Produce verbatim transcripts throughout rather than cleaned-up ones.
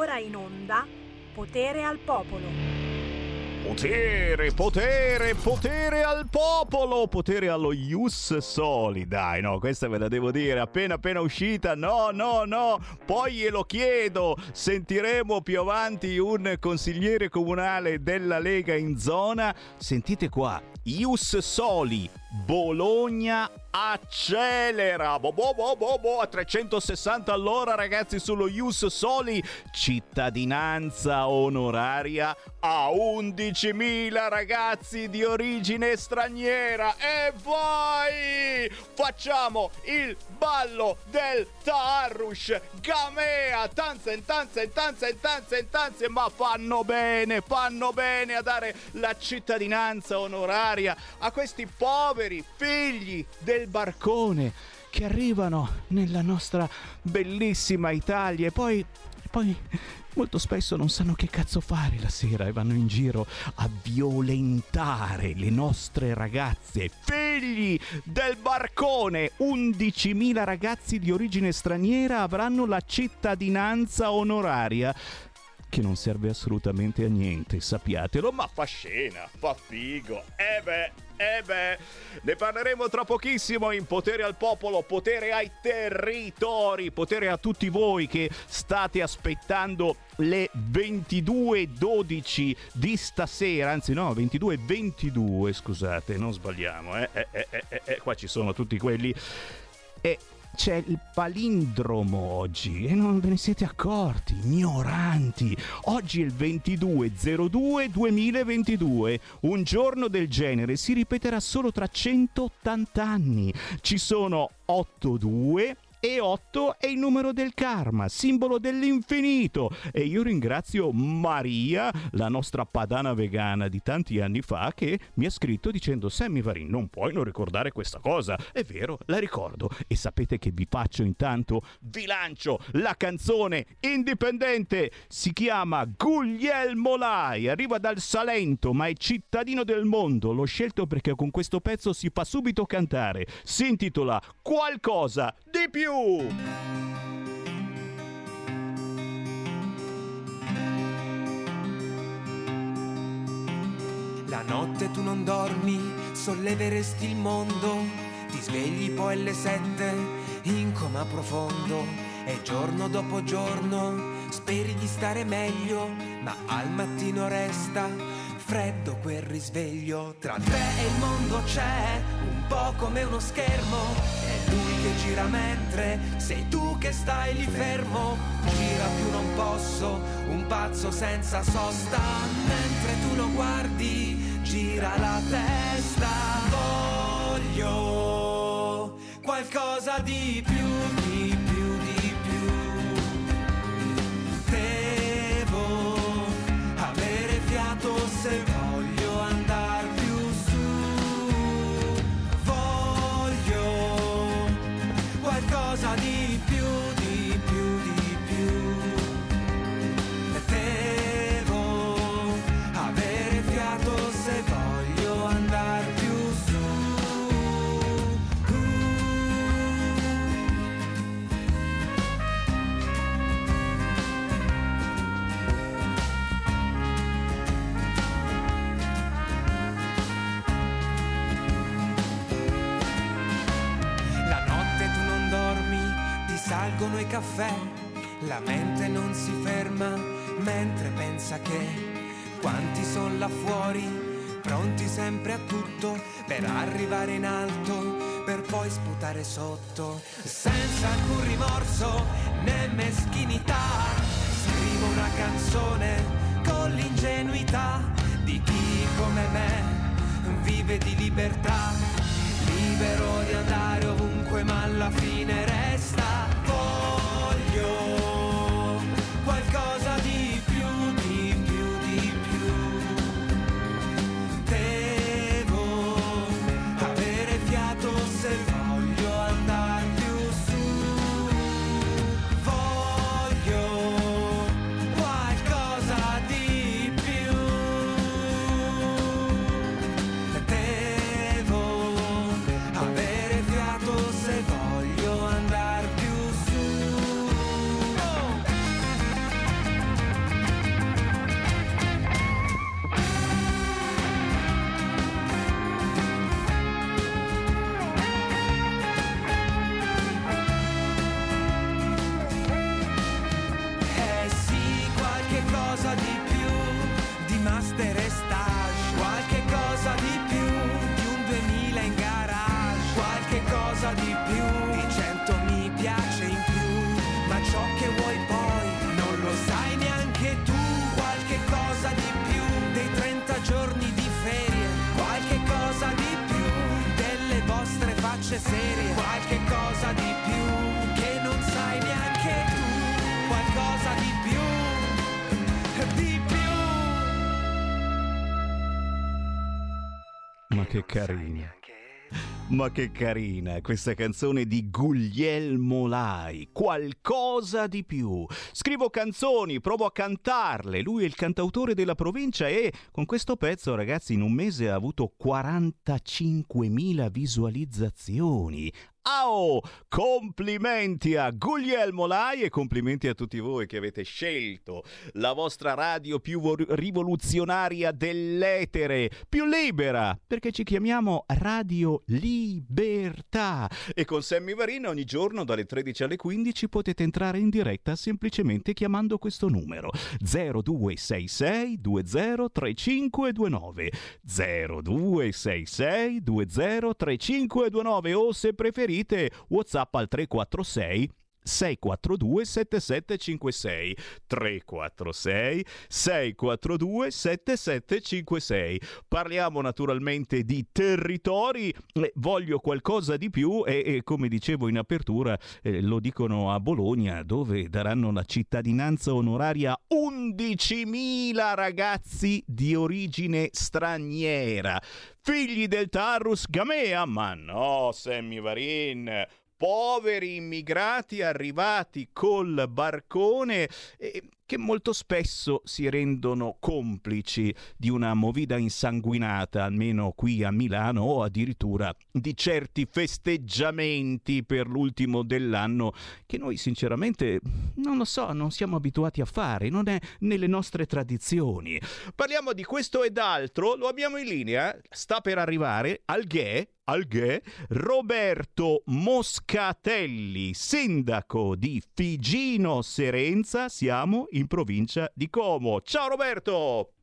ora in onda Potere al Popolo. Potere, potere, potere al popolo, potere allo Ius Soli. Dai, no, questa ve la devo dire, appena appena uscita, no, no, no, poi glielo chiedo. Sentiremo più avanti un consigliere comunale della Lega in zona. Sentite qua, Ius Soli, Bologna accelera, bo bo bo bo bo a trecentosessanta all'ora, ragazzi, sullo Ius Soli. Cittadinanza onoraria a undicimila ragazzi di origine straniera. E poi facciamo il ballo del Taarrush, Gamea, tanzen, tanzen, tanzen, tanzen, tanzen, ma fanno bene, fanno bene a dare la cittadinanza onoraria a questi poveri figli del barcone che arrivano nella nostra bellissima Italia e poi, poi molto spesso non sanno che cazzo fare la sera e vanno in giro a violentare le nostre ragazze, figli del barcone. undicimila ragazzi di origine straniera avranno la cittadinanza onoraria, che non serve assolutamente a niente, sappiatelo, ma fa scena, fa figo. Eh beh, eh beh, ne parleremo tra pochissimo in Potere al Popolo, potere ai territori, potere a tutti voi che state aspettando le ventidue e dodici di stasera, anzi no, ventidue e ventidue, scusate, non sbagliamo, eh, eh, eh, eh, eh, qua ci sono tutti quelli... E c'è il palindromo oggi e non ve ne siete accorti, ignoranti. Oggi è il ventidue zero due duemilaventidue. Un giorno del genere si ripeterà solo tra centottanta anni. Ci sono otto due e otto è il numero del karma, simbolo dell'infinito. E io ringrazio Maria, la nostra padana vegana di tanti anni fa, che mi ha scritto dicendo: Sammy Varin, non puoi non ricordare questa cosa. È vero, la ricordo. E sapete che vi faccio intanto? Vi lancio la canzone indipendente. Si chiama Guglielmo Lai, arriva dal Salento ma è cittadino del mondo. L'ho scelto perché con questo pezzo si fa subito cantare. Si intitola Qualcosa di più. La notte tu non dormi, solleveresti il mondo, ti svegli poi alle sette in coma profondo e giorno dopo giorno speri di stare meglio, ma al mattino resta freddo quel risveglio. Tra te e il mondo c'è un po' come uno schermo, è lui che gira mentre sei tu che stai lì fermo. Gira più non posso, un pazzo senza sosta, mentre tu lo guardi gira la testa. Voglio qualcosa di più, di più, di più. Devo avere fiato se voglio andare più su. Voglio qualcosa di più, di più, di più. Devo avere fiato se voglio andare più su. Salgono i caffè, la mente non si ferma mentre pensa che quanti sono là fuori, pronti sempre a tutto per arrivare in alto, per poi sputare sotto, senza alcun rimorso né meschinità. Scrivo una canzone con l'ingenuità di chi come me vive di libertà, libero di andare ovunque ma alla fine resta. Voglio qualcosa di più, di più, di più. Devo avere fiato se voglio andare più su. Voglio qualcosa di più. Devo avere fiato se voglio andare che carina. Ma che carina questa canzone di Guglielmo Lai, qualcosa di più. Scrivo canzoni, provo a cantarle, lui è il cantautore della provincia e con questo pezzo, ragazzi, in un mese ha avuto quarantacinquemila visualizzazioni. Oh, complimenti a Guglielmo Lai e complimenti a tutti voi che avete scelto la vostra radio più rivoluzionaria dell'etere, più libera, perché ci chiamiamo Radio Libertà. E con Sammy Varin ogni giorno dalle tredici alle quindici potete entrare in diretta semplicemente chiamando questo numero zero due sei sei due zero tre cinque due nove zero due sei sei due zero tre cinque due nove o se preferite WhatsApp al tre quattro sei sei quattro due sette sette cinque sei tre quattro sei sei quattro due sette sette cinque sei. Parliamo naturalmente di territori, eh, voglio qualcosa di più e, e come dicevo in apertura eh, lo dicono a Bologna, dove daranno la cittadinanza onoraria undicimila ragazzi di origine straniera, figli del Tarrus Gamea. Ma no, Sammy Varin, poveri immigrati arrivati col barcone eh, che molto spesso si rendono complici di una movida insanguinata, almeno qui a Milano, o addirittura di certi festeggiamenti per l'ultimo dell'anno che noi sinceramente non lo so, non siamo abituati a fare, non è nelle nostre tradizioni. Parliamo di questo ed altro, lo abbiamo in linea, sta per arrivare al G E Alghè, Roberto Moscatelli, sindaco di Figino Serenza, siamo in provincia di Como. Ciao Roberto!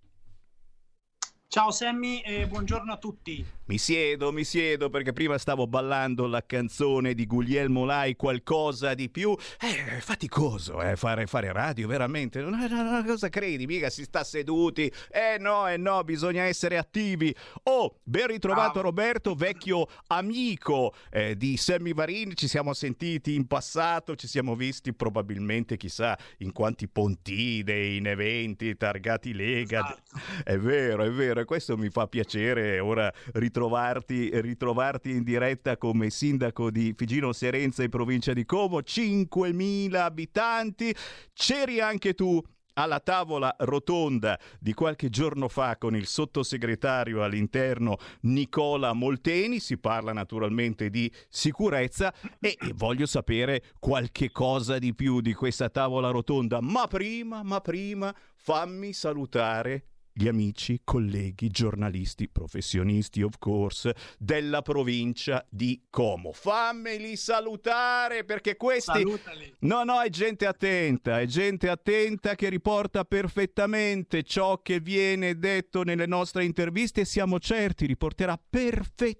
Ciao Sammy e buongiorno a tutti. Mi siedo, mi siedo perché prima stavo ballando la canzone di Guglielmo Lai, qualcosa di più. Eh, faticoso, eh, fare, fare radio, veramente. No, no, no, cosa credi? Mica si sta seduti. Eh no, eh no, bisogna essere attivi. Oh, ben ritrovato ah. Roberto, vecchio amico eh, di Sammy Varin. Ci siamo sentiti in passato, ci siamo visti probabilmente, chissà, in quanti pontide, in eventi, targati Lega. Esatto. È vero, è vero, e questo mi fa piacere ora ritrovarti Ritrovarti, ritrovarti in diretta come sindaco di Figino Serenza in provincia di Como, cinquemila abitanti. C'eri anche tu alla tavola rotonda di qualche giorno fa con il sottosegretario all'interno Nicola Molteni. Si parla naturalmente di sicurezza e, e voglio sapere qualche cosa di più di questa tavola rotonda, ma prima, ma prima fammi salutare gli amici, colleghi, giornalisti, professionisti, of course, della provincia di Como. Fammeli salutare perché questi... Salutali. No, no, è gente attenta, è gente attenta che riporta perfettamente ciò che viene detto nelle nostre interviste e siamo certi riporterà perfettamente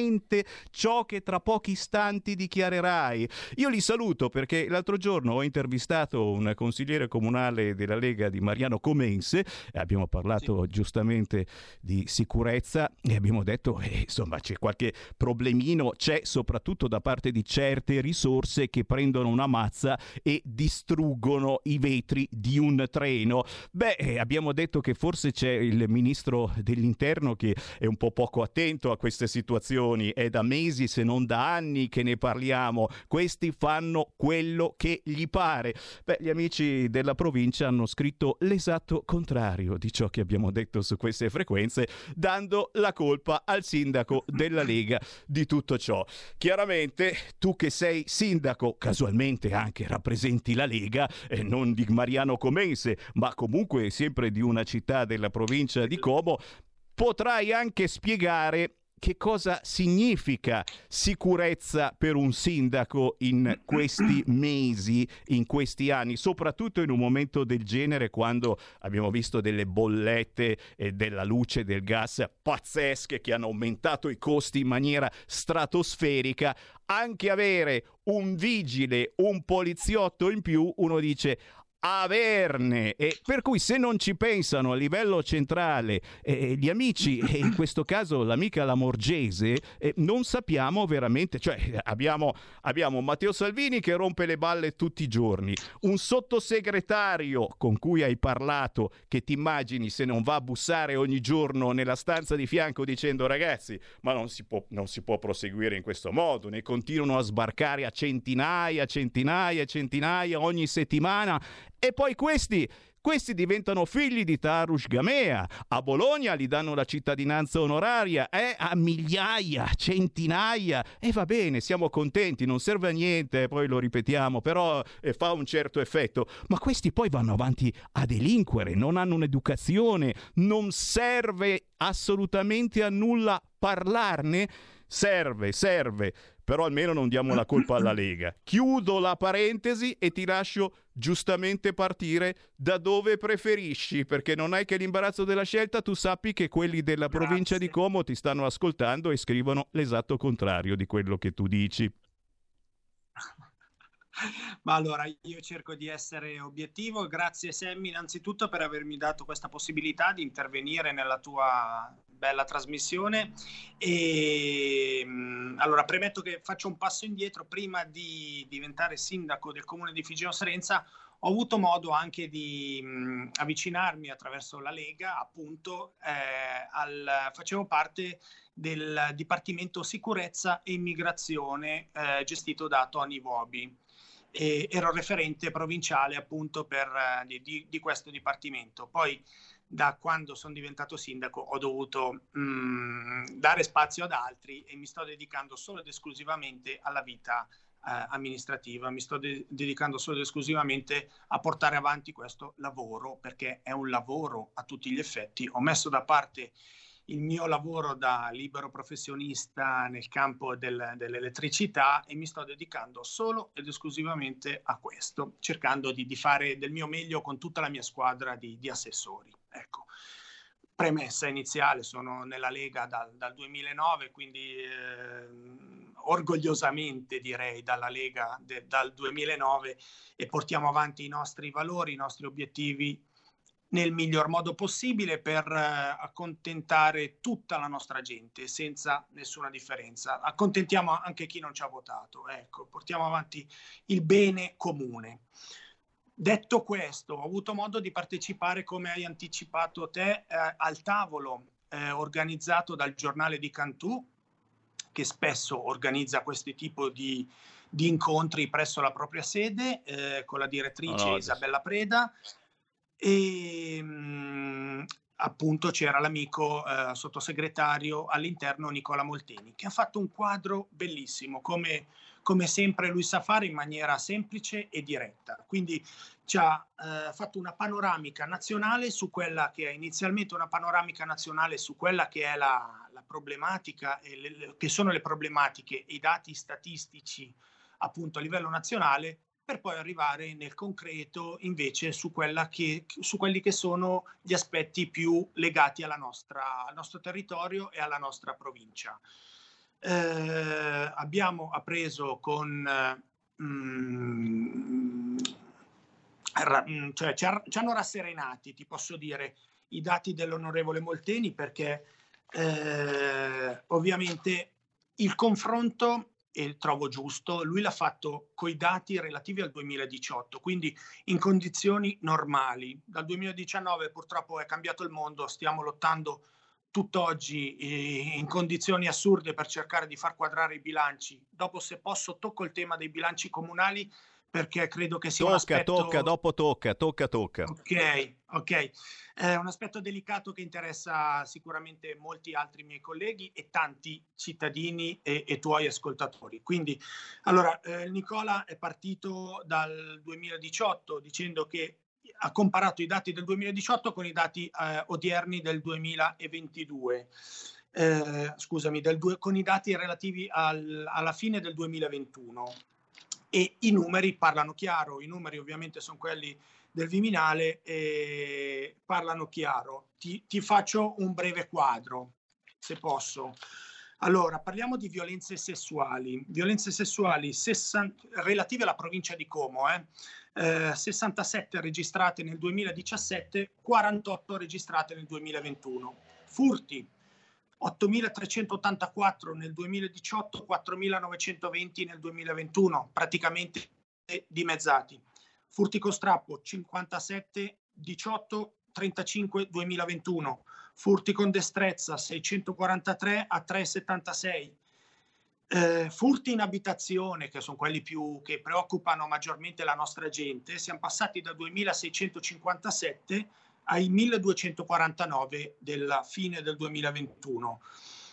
ciò che tra pochi istanti dichiarerai. Io li saluto perché l'altro giorno ho intervistato un consigliere comunale della Lega di Mariano Comense e abbiamo parlato sì. giustamente di sicurezza e abbiamo detto eh, insomma c'è qualche problemino, c'è soprattutto da parte di certe risorse che prendono una mazza e distruggono i vetri di un treno. Beh, eh, abbiamo detto che forse c'è il ministro dell'interno che è un po' poco attento a queste situazioni. È da mesi se non da anni che ne parliamo. Questi fanno quello che gli pare. Beh, gli amici della provincia hanno scritto l'esatto contrario di ciò che abbiamo detto su queste frequenze, dando la colpa al sindaco della Lega di tutto ciò. Chiaramente tu che sei sindaco, casualmente anche rappresenti la Lega, eh, non di Mariano Comense, ma comunque sempre di una città della provincia di Como, potrai anche spiegare che cosa significa sicurezza per un sindaco in questi mesi, in questi anni, soprattutto in un momento del genere quando abbiamo visto delle bollette eh, della luce e del gas pazzesche che hanno aumentato i costi in maniera stratosferica. Anche avere un vigile, un poliziotto in più, uno dice averne, e per cui se non ci pensano a livello centrale eh, gli amici, e in questo caso l'amica Lamorgese, eh, non sappiamo veramente, cioè abbiamo, abbiamo Matteo Salvini che rompe le balle tutti i giorni, un sottosegretario con cui hai parlato che ti immagini se non va a bussare ogni giorno nella stanza di fianco dicendo ragazzi ma non si può, non si può proseguire in questo modo, ne continuano a sbarcare a centinaia, centinaia, centinaia ogni settimana. E poi questi, questi diventano figli di Tarush Gamea. A Bologna gli danno la cittadinanza onoraria, eh, a migliaia, centinaia. E va bene, siamo contenti, non serve a niente, poi lo ripetiamo, però eh, fa un certo effetto. Ma questi poi vanno avanti a delinquere, non hanno un'educazione, non serve assolutamente a nulla parlarne. Serve, serve, però almeno non diamo la colpa alla Lega. Chiudo la parentesi e ti lascio giustamente partire da dove preferisci, perché non hai che l'imbarazzo della scelta, tu sappi che quelli della Grazie. provincia di Como ti stanno ascoltando e scrivono l'esatto contrario di quello che tu dici. Ma allora io cerco di essere obiettivo. Grazie Sammy innanzitutto per avermi dato questa possibilità di intervenire nella tua bella trasmissione. E allora premetto che faccio un passo indietro. Prima di diventare sindaco del comune di Figeno Serenza ho avuto modo anche di mh, avvicinarmi attraverso la Lega, appunto, eh, al, facevo parte del Dipartimento Sicurezza e Immigrazione eh, gestito da Tony Vobi. E ero referente provinciale appunto per, uh, di, di questo dipartimento. Poi da quando sono diventato sindaco ho dovuto mh, dare spazio ad altri e mi sto dedicando solo ed esclusivamente alla vita uh, amministrativa, mi sto de- dedicando solo ed esclusivamente a portare avanti questo lavoro, perché è un lavoro a tutti gli effetti. Ho messo da parte il mio lavoro da libero professionista nel campo del, dell'elettricità e mi sto dedicando solo ed esclusivamente a questo, cercando di, di fare del mio meglio con tutta la mia squadra di, di assessori. Ecco. Premessa iniziale, sono nella Lega dal, dal duemilanove, quindi eh, orgogliosamente direi dalla Lega de, dal duemilanove, e portiamo avanti i nostri valori, i nostri obiettivi nel miglior modo possibile per eh, accontentare tutta la nostra gente senza nessuna differenza. Accontentiamo anche chi non ci ha votato, ecco, portiamo avanti il bene comune. Detto questo, ho avuto modo di partecipare, come hai anticipato te, eh, al tavolo eh, organizzato dal giornale di Cantù, che spesso organizza questo tipo di, di incontri presso la propria sede, eh, con la direttrice Oh, no, Isabella Preda. E mh, appunto c'era l'amico eh, sottosegretario all'interno Nicola Molteni, che ha fatto un quadro bellissimo, come, come sempre lui sa fare, in maniera semplice e diretta. Quindi ci ha eh, fatto una panoramica nazionale su quella che è inizialmente una panoramica nazionale su quella che è la, la problematica, e le, che sono le problematiche e i dati statistici appunto a livello nazionale, per poi arrivare nel concreto invece su, quella che, su quelli che sono gli aspetti più legati alla nostra, al nostro territorio e alla nostra provincia. Eh, abbiamo appreso con... Mm, cioè, ci, ci hanno rasserenati, ti posso dire, i dati dell'onorevole Molteni, perché eh, ovviamente il confronto, e trovo giusto, lui l'ha fatto coi dati relativi al duemiladiciotto, quindi in condizioni normali. Dal duemiladiciannove purtroppo è cambiato il mondo, stiamo lottando tutt'oggi eh, in condizioni assurde per cercare di far quadrare i bilanci. Dopo, se posso, tocco il tema dei bilanci comunali, perché credo che sia tocca, un aspetto... Tocca, dopo tocca, tocca, tocca. Ok, ok. È un aspetto delicato che interessa sicuramente molti altri miei colleghi e tanti cittadini e, e tuoi ascoltatori. Quindi, allora, eh, Nicola è partito dal duemiladiciotto dicendo che ha comparato i dati del duemiladiciotto con i dati eh, odierni del duemilaventidue. Eh, scusami, del due, con i dati relativi al, alla fine del duemilaventuno. E i numeri parlano chiaro, i numeri ovviamente sono quelli del Viminale e parlano chiaro. Ti, ti faccio un breve quadro, se posso. Allora, parliamo di violenze sessuali. Violenze sessuali sessanta, relative alla provincia di Como, eh? Eh, sessantasette registrate nel duemiladiciassette, quarantotto registrate nel duemilaventuno. Furti, ottomilatrecentottantaquattro nel duemiladiciotto, quattromilanovecentoventi nel duemilaventuno, praticamente dimezzati. Furti con strappo, cinquantasette, diciotto, trentacinque duemilaventuno. Furti con destrezza, seicentoquarantatré a trecentosettantasei. Eh, furti in abitazione, che sono quelli più che preoccupano maggiormente la nostra gente, siamo passati da duemilaseicentocinquantasette ai milleduecentoquarantanove della fine del duemilaventuno.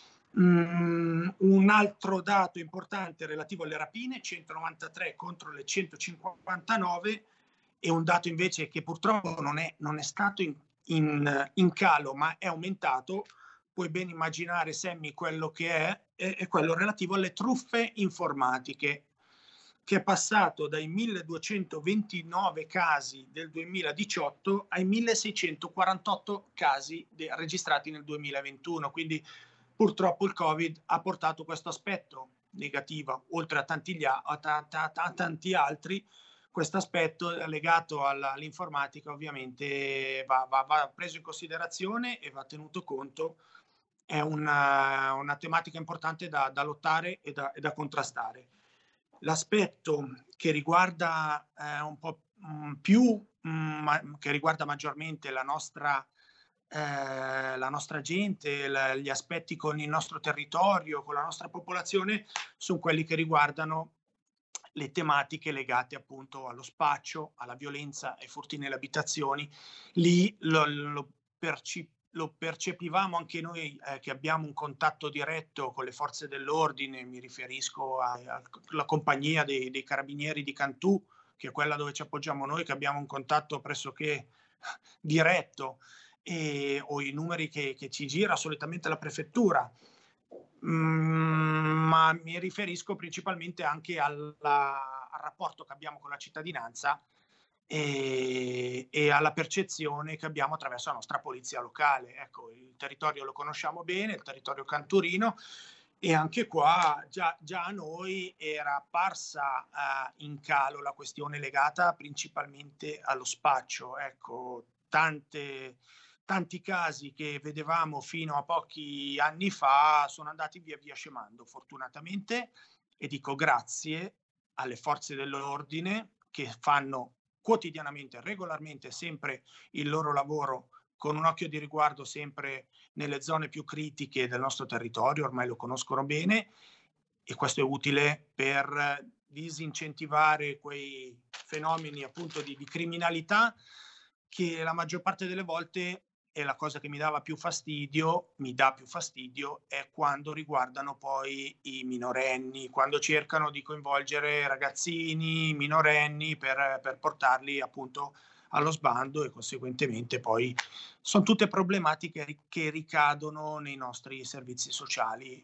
Mm, un altro dato importante relativo alle rapine, centonovantatré contro le centocinquantanove, e un dato invece che purtroppo non è, non è stato in, in, in calo ma è aumentato, puoi ben immaginare Sammy quello che è, è, è quello relativo alle truffe informatiche, che è passato dai milleduecentoventinove casi del duemiladiciotto ai milleseicentoquarantotto casi de- registrati nel duemilaventuno. Quindi purtroppo il Covid ha portato questo aspetto negativo, oltre a tanti, gli a, a, a, a tanti altri. Questo aspetto legato alla, all'informatica ovviamente va, va, va preso in considerazione e va tenuto conto. È una, una tematica importante da, da lottare e da, e da contrastare. L'aspetto che riguarda eh, un po' mh, più, mh, che riguarda maggiormente la nostra, eh, la nostra gente, la, gli aspetti con il nostro territorio, con la nostra popolazione, sono quelli che riguardano le tematiche legate appunto allo spaccio, alla violenza, ai furti nelle abitazioni. Lì lo, lo, perci- lo percepivamo anche noi eh, che abbiamo un contatto diretto con le forze dell'ordine, mi riferisco alla compagnia dei, dei carabinieri di Cantù, che è quella dove ci appoggiamo noi, che abbiamo un contatto pressoché diretto, e, o i numeri che, che ci gira solitamente la prefettura. Mm, ma mi riferisco principalmente anche alla, al rapporto che abbiamo con la cittadinanza e, e alla percezione che abbiamo attraverso la nostra polizia locale. Ecco, il territorio lo conosciamo bene, il territorio canturino, e anche qua già, già a noi era apparsa uh, in calo la questione legata principalmente allo spaccio. Ecco, tante... Tanti casi che vedevamo fino a pochi anni fa sono andati via via scemando, fortunatamente, e dico grazie alle forze dell'ordine che fanno quotidianamente, regolarmente, sempre il loro lavoro con un occhio di riguardo sempre nelle zone più critiche del nostro territorio, ormai lo conoscono bene, e questo è utile per disincentivare quei fenomeni appunto di, di criminalità che la maggior parte delle volte, e la cosa che mi dava più fastidio, mi dà più fastidio, è quando riguardano poi i minorenni, quando cercano di coinvolgere ragazzini, minorenni per, per portarli appunto allo sbando, e conseguentemente poi sono tutte problematiche che ricadono nei nostri servizi sociali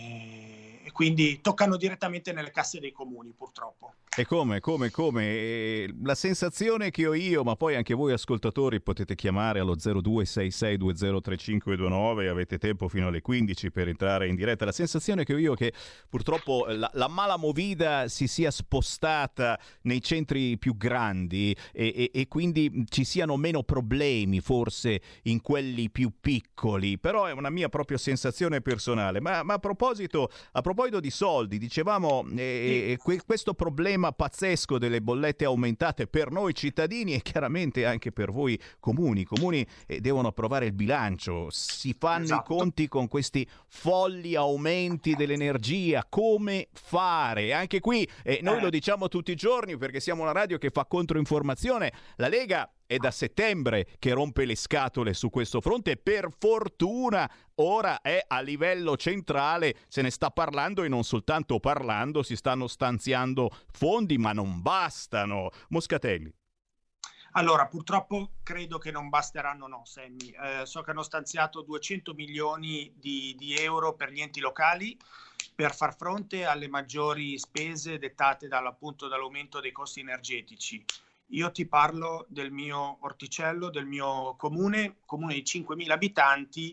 e, e quindi toccano direttamente nelle casse dei comuni, purtroppo. E come, come, come? La sensazione che ho io, ma poi anche voi ascoltatori potete chiamare allo zero due sei sei due zero tre cinque due nove, avete tempo fino alle quindici per entrare in diretta. La sensazione che ho io è che purtroppo la, la mala movida si sia spostata nei centri più grandi e, e, e quindi ci siano meno problemi forse in quelli più piccoli, però è una mia propria sensazione personale. Ma, ma a proposito a proposito di soldi, dicevamo eh, que- questo problema pazzesco delle bollette aumentate per noi cittadini e chiaramente anche per voi comuni. I comuni eh, devono approvare il bilancio, si fanno Esatto. i conti con questi folli aumenti dell'energia. Come fare? Anche qui eh, noi Eh. lo diciamo tutti i giorni perché siamo una radio che fa controinformazione. La Lega è da settembre che rompe le scatole su questo fronte e per fortuna ora è a livello centrale, se ne sta parlando e non soltanto parlando, si stanno stanziando fondi, ma non bastano. Moscatelli. Allora, purtroppo credo che non basteranno, no, Sammy. Eh, so che hanno stanziato duecento milioni di, di euro per gli enti locali per far fronte alle maggiori spese dettate dall'appunto dall'aumento dei costi energetici. Io ti parlo del mio orticello, del mio comune, comune di cinquemila abitanti,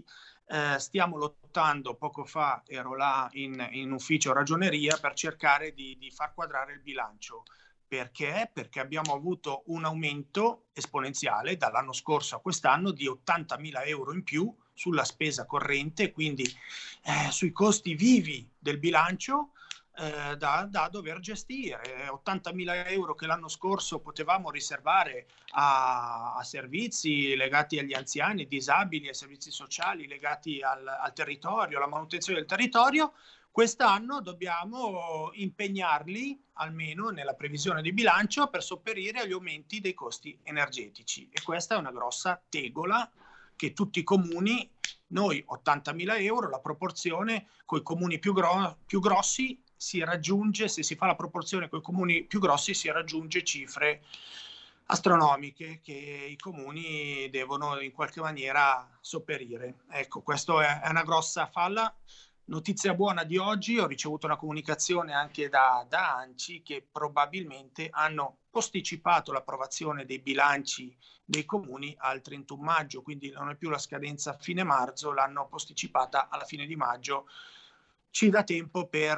eh, stiamo lottando. Poco fa ero là in, in ufficio ragioneria per cercare di, di far quadrare il bilancio. Perché? Perché abbiamo avuto un aumento esponenziale dall'anno scorso a quest'anno di ottantamila euro in più sulla spesa corrente, quindi eh, sui costi vivi del bilancio eh, da, da dover gestire. ottantamila euro che l'anno scorso potevamo riservare a, a servizi legati agli anziani, disabili, ai servizi sociali legati al, al territorio, alla manutenzione del territorio. Quest'anno dobbiamo impegnarli, almeno nella previsione di bilancio, per sopperire agli aumenti dei costi energetici. E questa è una grossa tegola che tutti i comuni, noi ottantamila euro, la proporzione con i comuni più, gro- più grossi si raggiunge, se si fa la proporzione con i comuni più grossi, si raggiunge cifre astronomiche che i comuni devono in qualche maniera sopperire. Ecco, questa è, è una grossa falla. Notizia buona di oggi, ho ricevuto una comunicazione anche da, da ANCI che probabilmente hanno posticipato l'approvazione dei bilanci dei comuni al trentuno maggio, quindi non è più la scadenza a fine marzo, l'hanno posticipata alla fine di maggio. Ci dà tempo per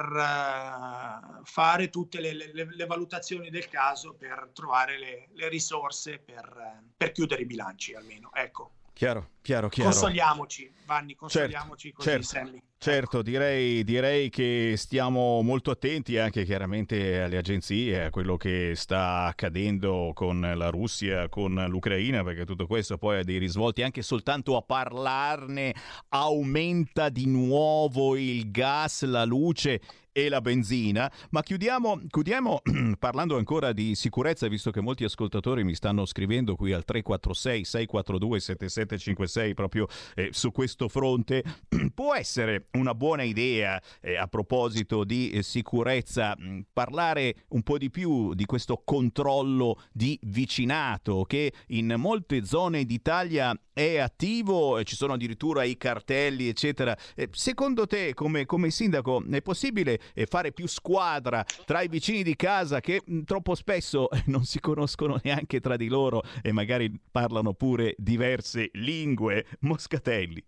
uh, fare tutte le, le, le valutazioni del caso, per trovare le, le risorse per, per chiudere i bilanci almeno. Ecco. Chiaro, chiaro, chiaro. Consoliamoci, Vanni, consoliamoci, certo, così, certo. Sammy. Certo, direi, direi che stiamo molto attenti anche chiaramente alle agenzie, a quello che sta accadendo con la Russia, con l'Ucraina, perché tutto questo poi ha dei risvolti. Anche soltanto a parlarne aumenta di nuovo il gas, la luce e la benzina. Ma chiudiamo, chiudiamo parlando ancora di sicurezza, visto che molti ascoltatori mi stanno scrivendo qui al tre quattro sei sei quattro due sette sette cinque sei proprio eh, su questo fronte. Può essere una buona idea, eh, a proposito di eh, sicurezza, mh, parlare un po' di più di questo controllo di vicinato che in molte zone d'Italia è attivo, ci sono addirittura i cartelli eccetera. Eh, secondo te come, come sindaco è possibile eh, fare più squadra tra i vicini di casa che mh, troppo spesso non si conoscono neanche tra di loro e magari parlano pure diverse lingue? Moscatelli.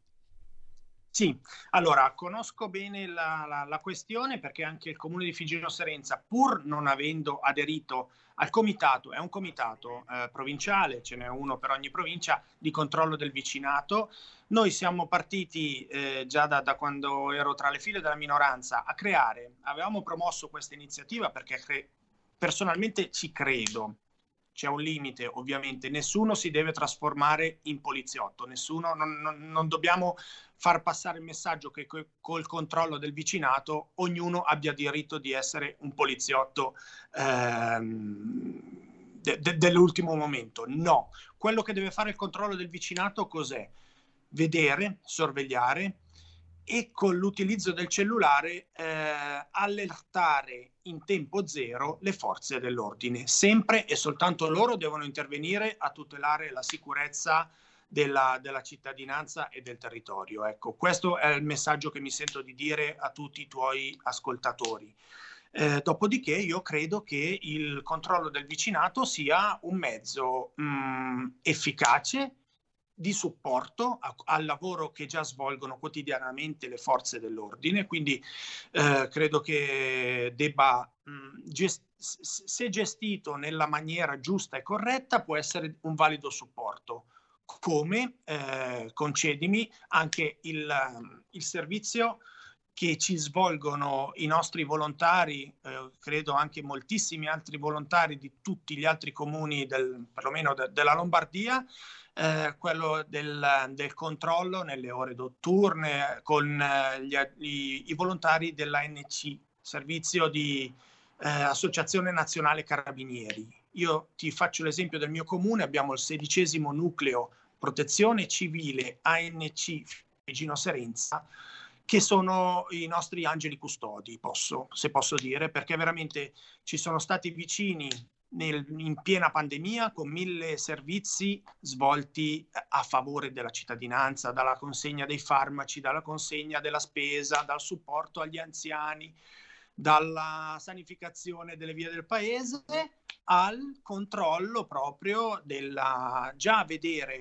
Sì, allora conosco bene la, la, la questione, perché anche il comune di Figino Serenza, pur non avendo aderito al comitato, è un comitato eh, provinciale, ce n'è uno per ogni provincia, di controllo del vicinato. Noi siamo partiti eh, già da, da quando ero tra le file della minoranza a creare, avevamo promosso questa iniziativa perché cre- personalmente ci credo. C'è un limite, ovviamente, nessuno si deve trasformare in poliziotto, nessuno, non, non, non dobbiamo far passare il messaggio che co- col controllo del vicinato ognuno abbia diritto di essere un poliziotto ehm, de- de- dell'ultimo momento. No, quello che deve fare il controllo del vicinato cos'è? Vedere, sorvegliare e con l'utilizzo del cellulare eh, allertare in tempo zero le forze dell'ordine. Sempre e soltanto loro devono intervenire a tutelare la sicurezza della, della cittadinanza e del territorio. Ecco, questo è il messaggio che mi sento di dire a tutti i tuoi ascoltatori. Eh, dopodiché io credo che il controllo del vicinato sia un mezzo mh, efficace di supporto a, al lavoro che già svolgono quotidianamente le forze dell'ordine, quindi eh, credo che debba, mh, gest- se gestito nella maniera giusta e corretta, può essere un valido supporto, come, eh, concedimi, anche il, il servizio che ci svolgono i nostri volontari, eh, credo anche moltissimi altri volontari di tutti gli altri comuni, del, perlomeno de- della Lombardia, eh, quello del, del controllo nelle ore notturne con eh, gli, gli, i volontari dell'A N C, Servizio di eh, Associazione Nazionale Carabinieri. Io ti faccio l'esempio del mio comune, abbiamo il sedicesimo nucleo Protezione Civile A N C Figino Serenza, che sono i nostri angeli custodi, posso, se posso dire, perché veramente ci sono stati vicini nel, in piena pandemia con mille servizi svolti a favore della cittadinanza, dalla consegna dei farmaci, dalla consegna della spesa, dal supporto agli anziani, dalla sanificazione delle vie del paese al controllo proprio della già vedere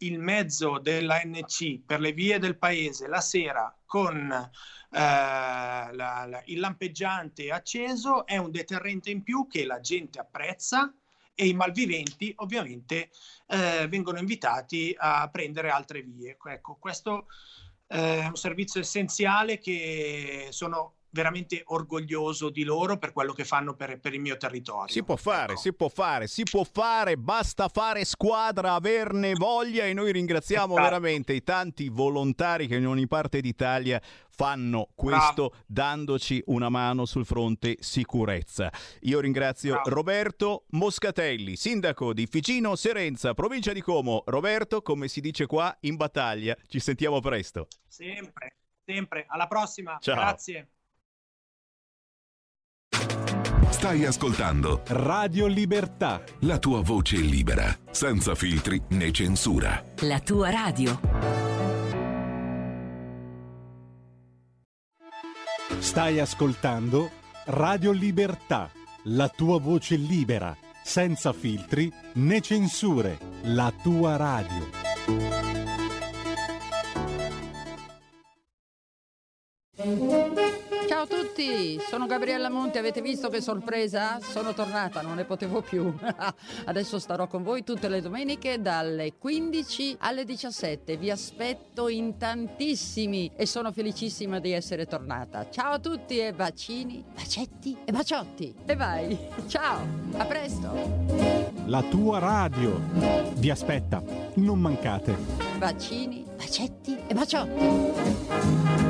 il mezzo della A N C per le vie del paese la sera con eh, la, la, il lampeggiante acceso è un deterrente in più che la gente apprezza, e i malviventi ovviamente eh, vengono invitati a prendere altre vie. Ecco, questo è un servizio essenziale che sono veramente orgoglioso di loro per quello che fanno per, per il mio territorio. Si può fare, ecco. si può fare, si può fare, basta fare squadra, averne voglia, e noi ringraziamo Esatto. veramente i tanti volontari che in ogni parte d'Italia fanno questo, Bravo. dandoci una mano sul fronte sicurezza. Io ringrazio Bravo. Roberto Moscatelli, sindaco di Ficino Serenza, provincia di Como. Roberto, come si dice qua, in battaglia. Ci sentiamo presto. Sempre, sempre. Alla prossima. Ciao. Grazie. Stai ascoltando Radio Libertà, la tua voce libera, senza filtri né censura. La tua radio. stai ascoltando Radio Libertà, la tua voce libera, senza filtri né censure. La tua radio. Ciao a tutti, sono Gabriella Monti, avete visto che sorpresa? Sono tornata, non ne potevo più. Adesso starò con voi tutte le domeniche dalle quindici alle diciassette, vi aspetto in tantissimi e sono felicissima di essere tornata. Ciao a tutti e bacini, bacetti e baciotti. E vai, ciao, a presto. La tua radio vi aspetta, non mancate. Bacini, bacetti e baciotti.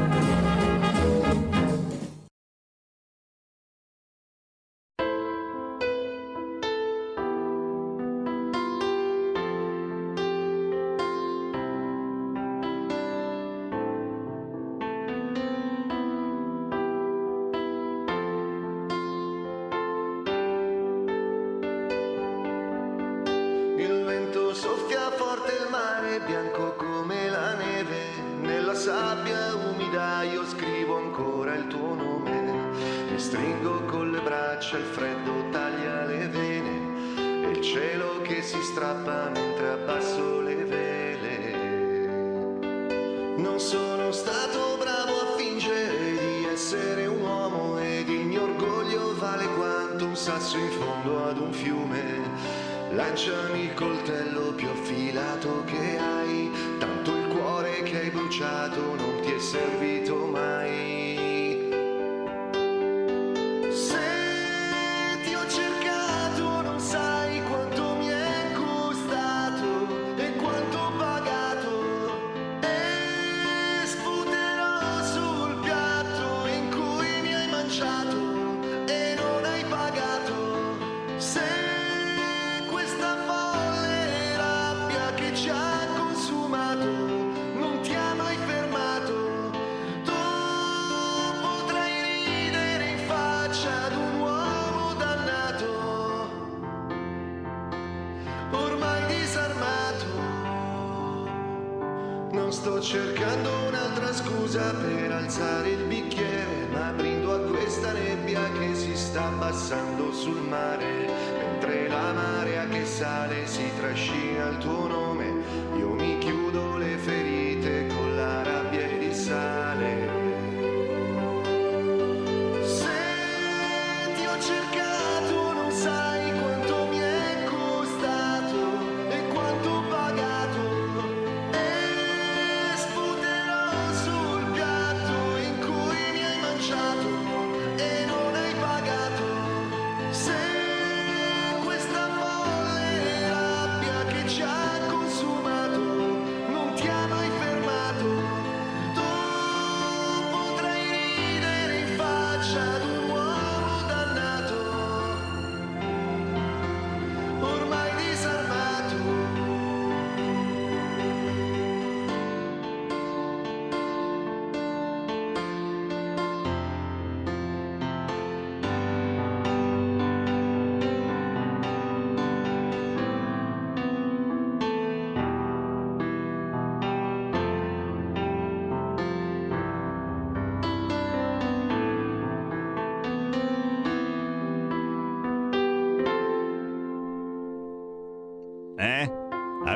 Il vento soffia forte, il mare è bianco come la neve, nella sabbia umida io scrivo ancora il tuo nome, mi stringo con le braccia, il freddo taglia le vene, e il cielo che si strappa mentre abbasso le vele. Non sono stato bravo a fingere di essere un uomo, ed il mio orgoglio vale quanto un sasso in fondo ad un fiume. Lanciami il coltello più affilato che hai, tanto il cuore che hai bruciato non ti è servito mai. Se ti ho cercato non sai quanto mi è costato e quanto ho pagato, e sputerò sul piatto in cui mi hai mangiato e non hai pagato. Se questa folle rabbia che ci ha consumato non ti ha mai fermato, tu potrai ridere in faccia ad un uomo dannato, ormai disarmato. Non sto cercando un'altra scusa per alzare il bicchiere, ma brindo a questa nebbia che si sta abbassando sul mare, mentre la marea che sale si trascina il tuo nome. Io mi chiudo le ferite con la rabbia ed il sale. Se ti ho cercato non sai quanto mi è costato e quanto ho pagato, e sputerò sul piatto in cui mi hai mangiato e non hai pagato. Se questa folle rabbia che ci ha consumato non ti ha mai fermato, tu potrai ridere in faccia ad un uomo dannato, ormai disarmato. Eh?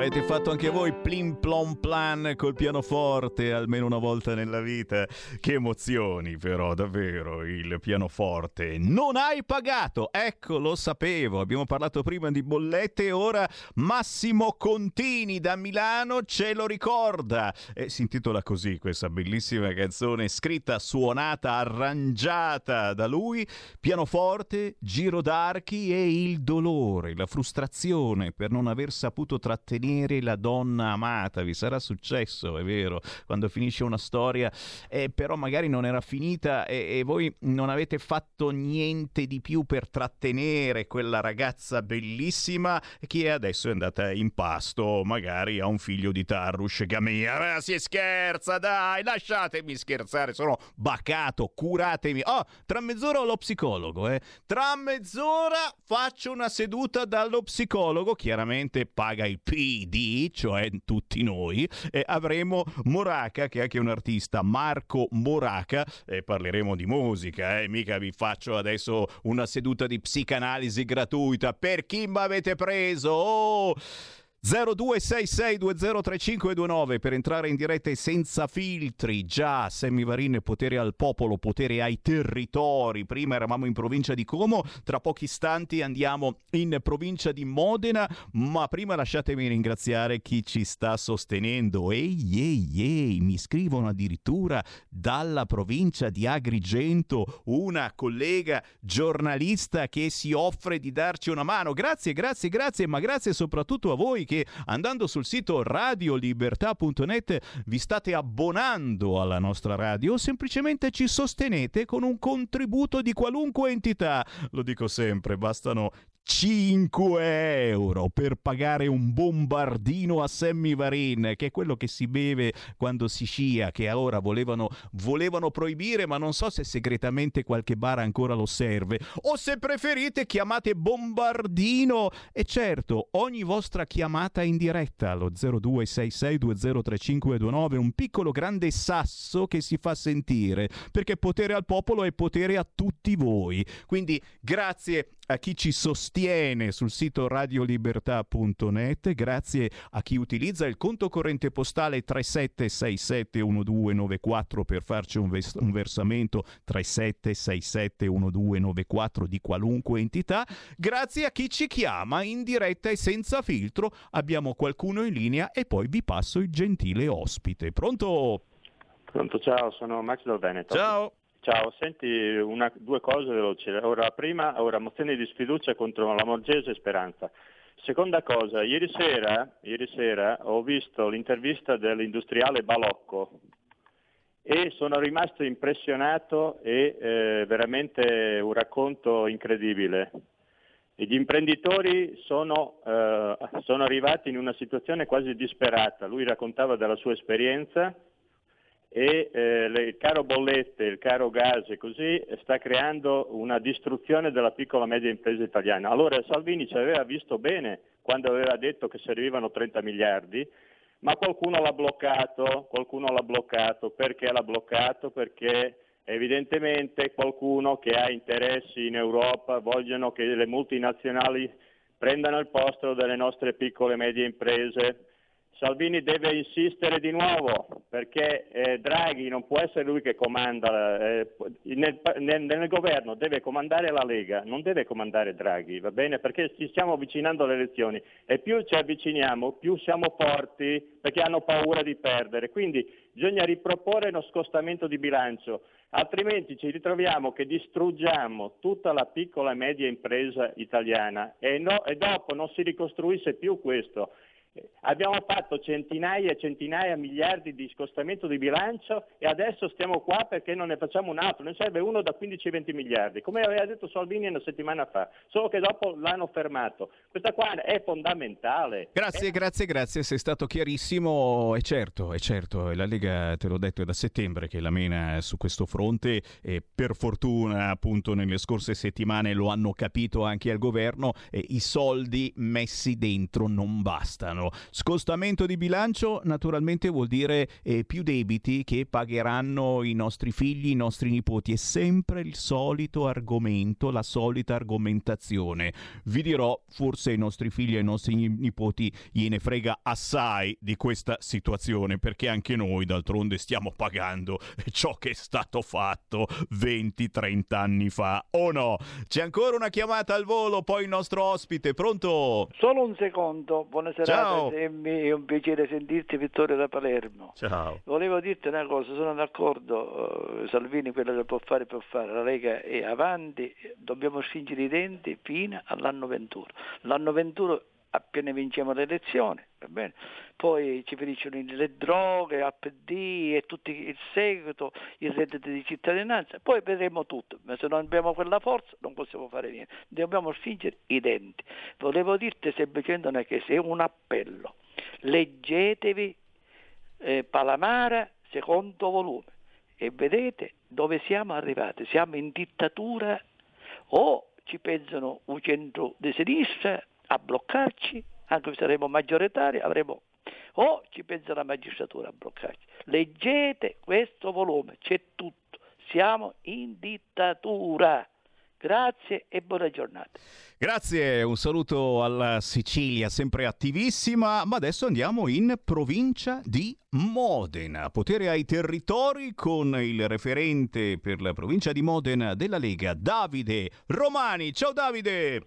Avete fatto anche voi Plim Plom Plan col pianoforte almeno una volta nella vita? Che emozioni però, davvero, il pianoforte. Non hai pagato, ecco, lo sapevo. Abbiamo parlato prima di bollette, ora Massimo Contini da Milano ce lo ricorda. E si intitola così questa bellissima canzone, scritta, suonata, arrangiata da lui. Pianoforte, giro d'archi e il dolore, la frustrazione per non aver saputo trattenere la donna amata. Vi sarà successo, è vero, quando finisce una storia eh, però magari non era finita e, e voi non avete fatto niente di più per trattenere quella ragazza bellissima che adesso è andata in pasto magari a un figlio di Tarrush Gamia. Ma si scherza, dai, lasciatemi scherzare, sono bacato, curatemi. Oh, tra mezz'ora ho lo psicologo, eh. Tra mezz'ora faccio una seduta dallo psicologo, chiaramente paga il P D, cioè tutti noi, e avremo Moraca, che è anche un artista, Marco Moraca, e parleremo di musica, eh. Mica vi faccio adesso una seduta di psicanalisi gratuita. Per chi mi avete preso? Oh! zero due sei sei due zero tre cinque due nove per entrare in diretta e senza filtri. Già, Sammy Varin, potere al popolo, potere ai territori. Prima eravamo in provincia di Como, tra pochi istanti andiamo in provincia di Modena, ma prima lasciatemi ringraziare chi ci sta sostenendo. Ehi, ehi, ehi, mi scrivono addirittura dalla provincia di Agrigento una collega giornalista che si offre di darci una mano. Grazie, grazie, grazie, ma grazie soprattutto a voi che andando sul sito radio libertà punto net vi state abbonando alla nostra radio o semplicemente ci sostenete con un contributo di qualunque entità. Lo dico sempre, bastano cinque euro per pagare un bombardino a Sammy Varin, che è quello che si beve quando si scia, che ora volevano, volevano proibire, ma non so se segretamente qualche bar ancora lo serve. O se preferite chiamate bombardino, e certo ogni vostra chiamata in diretta allo zero due sei sei due zero tre cinque due nove, un piccolo grande sasso che si fa sentire, perché potere al popolo è potere a tutti voi. Quindi grazie a chi ci sostiene sul sito radio libertà punto net, grazie a chi utilizza il conto corrente postale tre sette sei sette uno due nove quattro per farci un, ves- un versamento tre sette sei sette uno due nove quattro di qualunque entità, grazie a chi ci chiama in diretta e senza filtro. Abbiamo qualcuno in linea e poi vi passo il gentile ospite. Pronto? Pronto, ciao, sono Max dal Veneto. Ciao. Ciao, senti, una, due cose veloci. Ora, prima, ora mozione di sfiducia contro la Morgese e Speranza. Seconda cosa, ieri sera, ieri sera ho visto l'intervista dell'industriale Balocco e sono rimasto impressionato e eh, veramente un racconto incredibile. Gli imprenditori sono, eh, sono arrivati in una situazione quasi disperata. Lui raccontava della sua esperienza e eh, le, il caro bollette, il caro gas e così sta creando una distruzione della piccola e media impresa italiana. Allora Salvini ci aveva visto bene quando aveva detto che servivano trenta miliardi, ma qualcuno l'ha bloccato, qualcuno l'ha bloccato. Perché l'ha bloccato? Perché evidentemente qualcuno che ha interessi in Europa vogliono che le multinazionali prendano il posto delle nostre piccole e medie imprese. Salvini deve insistere di nuovo, perché eh, Draghi non può essere lui che comanda, eh, nel, nel, nel governo deve comandare la Lega, non deve comandare Draghi, va bene? Perché ci stiamo avvicinando alle elezioni e più ci avviciniamo più siamo forti, perché hanno paura di perdere. Quindi bisogna riproporre uno scostamento di bilancio, altrimenti ci ritroviamo che distruggiamo tutta la piccola e media impresa italiana e, no, e dopo non si ricostruisce più questo. Abbiamo fatto centinaia e centinaia di miliardi di scostamento di bilancio e adesso stiamo qua perché non ne facciamo un altro, ne serve uno da quindici venti miliardi, come aveva detto Salvini una settimana fa, solo che dopo l'hanno fermato. Questa qua è fondamentale. Grazie, è... grazie, grazie, sei stato chiarissimo. E certo, è certo, la Lega, te l'ho detto, è da settembre che la mena su questo fronte e per fortuna appunto nelle scorse settimane lo hanno capito anche al governo, e i soldi messi dentro non bastano. zero. Scostamento di bilancio naturalmente vuol dire eh, più debiti che pagheranno i nostri figli, i nostri nipoti. È sempre il solito argomento, la solita argomentazione. Vi dirò, forse ai nostri figli e ai nostri nipoti gliene frega assai di questa situazione, perché anche noi d'altronde stiamo pagando ciò che è stato fatto venti trenta anni fa, o no? C'è ancora una chiamata al volo, poi il nostro ospite. Pronto? Solo un secondo. Buonasera. Ciao. Semmi, è un piacere sentirti, Vittorio da Palermo. Ciao. Volevo dirti una cosa, sono d'accordo, uh, Salvini quello che può fare può fare, la Lega è avanti, dobbiamo stringere i denti fino all'anno ventuno. L'anno ventuno appena vinciamo le elezioni, va bene? Poi ci finiscono le droghe, A P D e tutto il seguito, il reddito di cittadinanza, poi vedremo tutto, ma se non abbiamo quella forza non possiamo fare niente, dobbiamo stringere i denti. Volevo dirti semplicemente che se è un appello, leggetevi eh, Palamara secondo volume e vedete dove siamo arrivati, siamo in dittatura, o ci pensano un centro di sinistra a bloccarci, anche se saremo maggioritari, avremo, o ci pensa la magistratura a bloccarci. Leggete questo volume, c'è tutto, siamo in dittatura. Grazie e buona giornata. Grazie, un saluto alla Sicilia, sempre attivissima, ma adesso andiamo in provincia di Modena. Potere ai territori con il referente per la provincia di Modena della Lega, Davide Romani. Ciao Davide!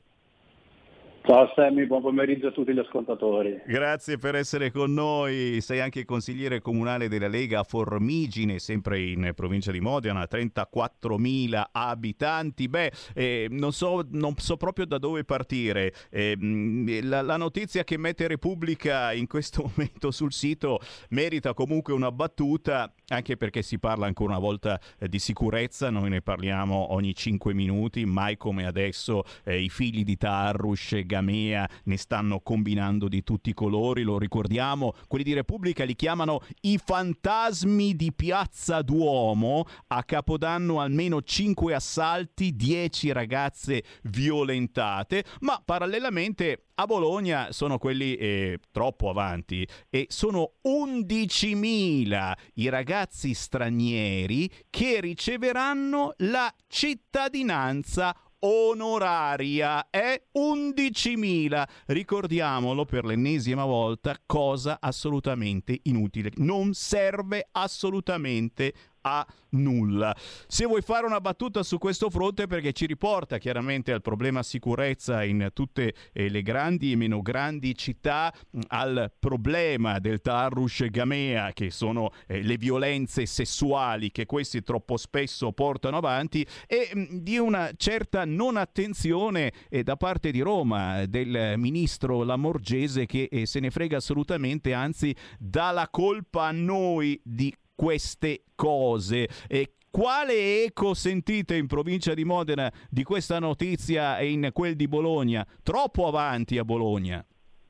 Ciao Sammy, buon pomeriggio a tutti gli ascoltatori. Grazie per essere con noi. Sei anche consigliere comunale della Lega a Formigine, sempre in provincia di Modena, trentaquattromila abitanti. Beh, eh, non so, non so proprio da dove partire. Eh, la, la notizia che mette Repubblica in questo momento sul sito merita comunque una battuta, anche perché si parla ancora una volta eh, di sicurezza. Noi ne parliamo ogni cinque minuti, mai come adesso. Eh, i figli di Taarrush, Gamea ne stanno combinando di tutti i colori, lo ricordiamo, quelli di Repubblica li chiamano i fantasmi di Piazza Duomo. A Capodanno almeno cinque assalti, dieci ragazze violentate, ma parallelamente a Bologna sono quelli eh, troppo avanti e sono undicimila i ragazzi stranieri che riceveranno la cittadinanza onoraria. È undicimila, ricordiamolo per l'ennesima volta, cosa assolutamente inutile, non serve assolutamente a nulla. Se vuoi fare una battuta su questo fronte, perché ci riporta chiaramente al problema sicurezza in tutte eh, le grandi e meno grandi città, al problema del Taarrush Gamea, che sono eh, le violenze sessuali che questi troppo spesso portano avanti, e mh, di una certa non attenzione eh, da parte di Roma, del ministro Lamorgese, che eh, se ne frega assolutamente, anzi dà la colpa a noi di queste cose. E quale eco sentite in provincia di Modena di questa notizia e in quel di Bologna? Troppo avanti a Bologna.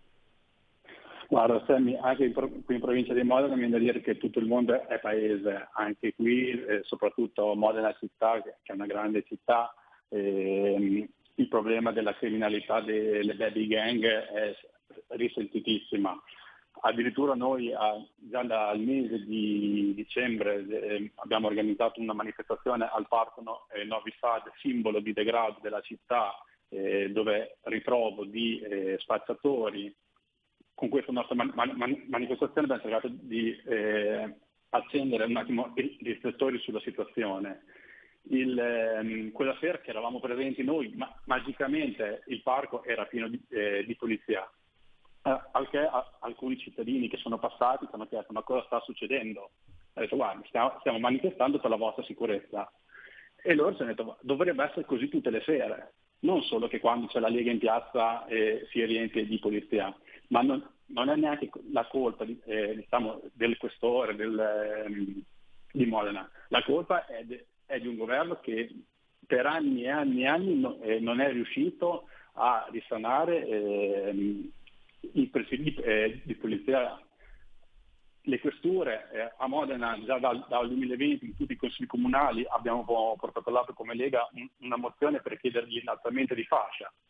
Guarda Sammy, anche in, pro- qui in provincia di Modena mi viene da dire che tutto il mondo è paese, anche qui, eh, soprattutto Modena città, che è una grande città, eh, il problema della criminalità delle baby gang è risentitissima. Addirittura noi a, già dal mese di dicembre eh, abbiamo organizzato una manifestazione al Parco eh, Novi Sad, simbolo di degrado della città, eh, dove ritrovo di eh, spacciatori. Con questa nostra man- man- manifestazione abbiamo cercato di eh, accendere un attimo i riflettori sulla situazione. Il, ehm, quella sera che eravamo presenti noi, ma magicamente il parco era pieno di, eh, di polizia. Uh, al che a, alcuni cittadini che sono passati ci hanno chiesto: ma cosa sta succedendo? Ha detto: guarda, stiamo, stiamo manifestando per la vostra sicurezza. E loro ci hanno detto: dovrebbe essere così tutte le sere, non solo che quando c'è la Lega in piazza eh, si riempie di polizia, ma non, non è neanche la colpa di, eh, diciamo, del questore del, eh, di Modena. La colpa è, de, è di un governo che per anni e anni e anni no, eh, non è riuscito a risanare eh, i presidi eh, di polizia. Le questure eh, a Modena già dal, dal duemilaventi in tutti i consigli comunali abbiamo portato all'atto come Lega un, una mozione per chiedere l'innalzamento di fascia.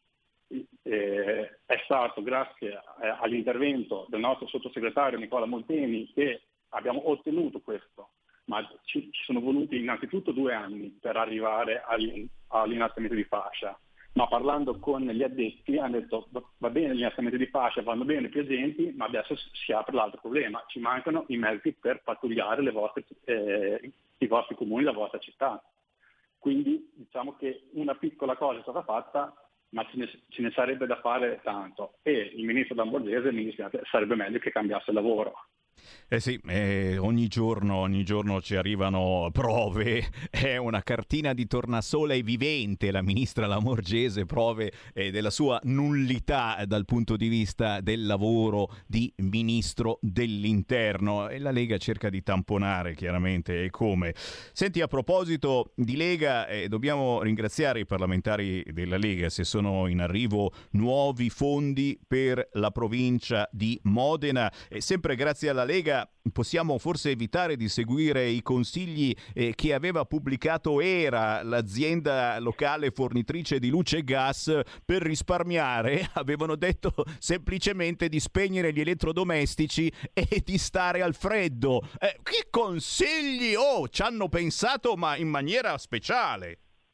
eh, è stato grazie eh, all'intervento del nostro sottosegretario Nicola Molteni che abbiamo ottenuto questo, ma ci, ci sono voluti innanzitutto due anni per arrivare all'innalzamento di fascia. Ma parlando con gli addetti hanno detto va bene gli innalzamenti di fascia, vanno bene più agenti, ma adesso si apre l'altro problema, ci mancano i mezzi per pattugliare le vostre, eh, i vostri comuni, la vostra città. Quindi diciamo che una piccola cosa è stata fatta, ma ce ne, ce ne sarebbe da fare tanto, e il ministro Lamborghese mi dispiace, sarebbe meglio che cambiasse lavoro. Eh sì, eh, ogni giorno, ogni giorno ci arrivano prove, è una cartina di tornasole vivente la ministra Lamorgese, prove eh, della sua nullità dal punto di vista del lavoro di ministro dell'interno, e la Lega cerca di tamponare chiaramente e come. Senti, a proposito di Lega, eh, dobbiamo ringraziare i parlamentari della Lega se sono in arrivo nuovi fondi per la provincia di Modena, e sempre grazie alla Lega possiamo forse evitare di seguire i consigli eh, che aveva pubblicato ERA, l'azienda locale fornitrice di luce e gas, per risparmiare. Avevano detto semplicemente di spegnere gli elettrodomestici e di stare al freddo. Eh, che consigli! Oh, ci hanno pensato, ma in maniera speciale.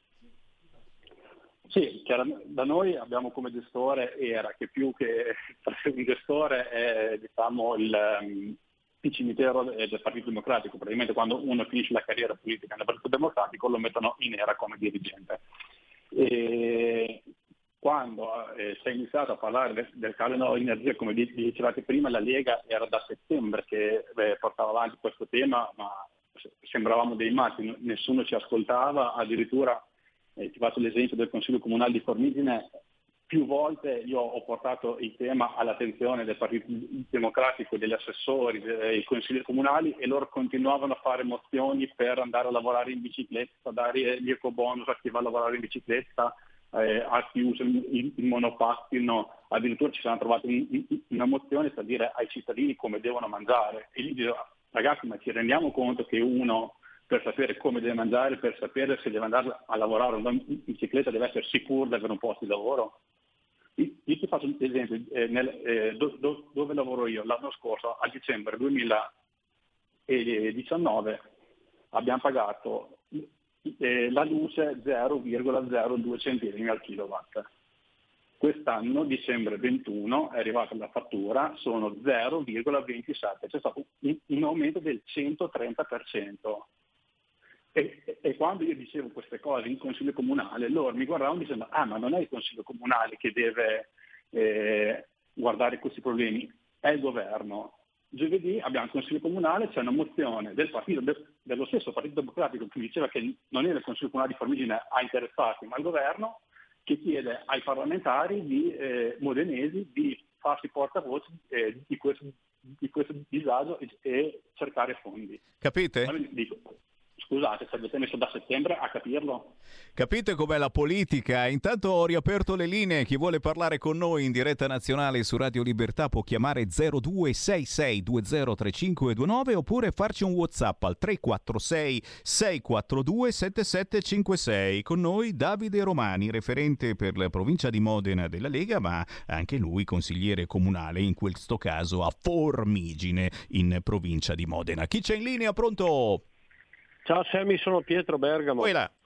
Sì, chiaramente da noi abbiamo come gestore ERA, che più che un gestore è, diciamo, il, um, il cimitero del Partito Democratico. Praticamente quando uno finisce la carriera politica nel Partito Democratico lo mettono in ERA come dirigente. E quando eh, si è iniziato a parlare del, del calo energia, come dicevate prima, la Lega era da settembre che beh, portava avanti questo tema, ma sembravamo dei matti, nessuno ci ascoltava, addirittura eh, ti faccio l'esempio del Consiglio Comunale di Formigine. Più volte io ho portato il tema all'attenzione del Partito Democratico, degli assessori, dei consigli comunali, e loro continuavano a fare mozioni per andare a lavorare in bicicletta, dare gli ecobonus a chi va a lavorare in bicicletta, eh, a chi usa il, il monopattino. Addirittura ci siamo trovati in, in, una mozione per dire ai cittadini come devono mangiare. E gli dico, ragazzi, ma ci rendiamo conto che uno, per sapere come deve mangiare, per sapere se deve andare a lavorare o in bicicletta, deve essere sicuro di avere un posto di lavoro? Io ti faccio un esempio, eh, nel, eh, do, do, dove lavoro io? L'anno scorso, a dicembre duemiladiciannove, abbiamo pagato eh, la luce zero virgola zero due centesimi al kilowatt. Quest'anno, dicembre ventuno, è arrivata la fattura, sono zero virgola ventisette, c'è stato un, un aumento del centotrenta per cento. E, e quando io dicevo queste cose in consiglio comunale, loro mi guardavano dicendo ah, ma non è il consiglio comunale che deve eh, guardare questi problemi, è il governo. Giovedì abbiamo il consiglio comunale, c'è una mozione del partito, de, dello stesso Partito Democratico, che diceva che non era il consiglio comunale di Formigine a interessarsi, ma il governo, che chiede ai parlamentari di eh, modenesi di farsi portavoce eh, di, questo, di questo disagio e, e cercare fondi. Capite? Allora, dico, scusate, se avete messo da settembre a capirlo. Capite com'è la politica? Intanto ho riaperto le linee. Chi vuole parlare con noi in diretta nazionale su Radio Libertà può chiamare zero due sei sei due zero tre cinque due nove oppure farci un WhatsApp al tre quattro sei sei quattro due sette sette cinque sei. Con noi Davide Romani, referente per la provincia di Modena della Lega, ma anche lui consigliere comunale, in questo caso a Formigine, in provincia di Modena. Chi c'è in linea? Pronto? Ciao Sammy, sono Pietro Bergamo.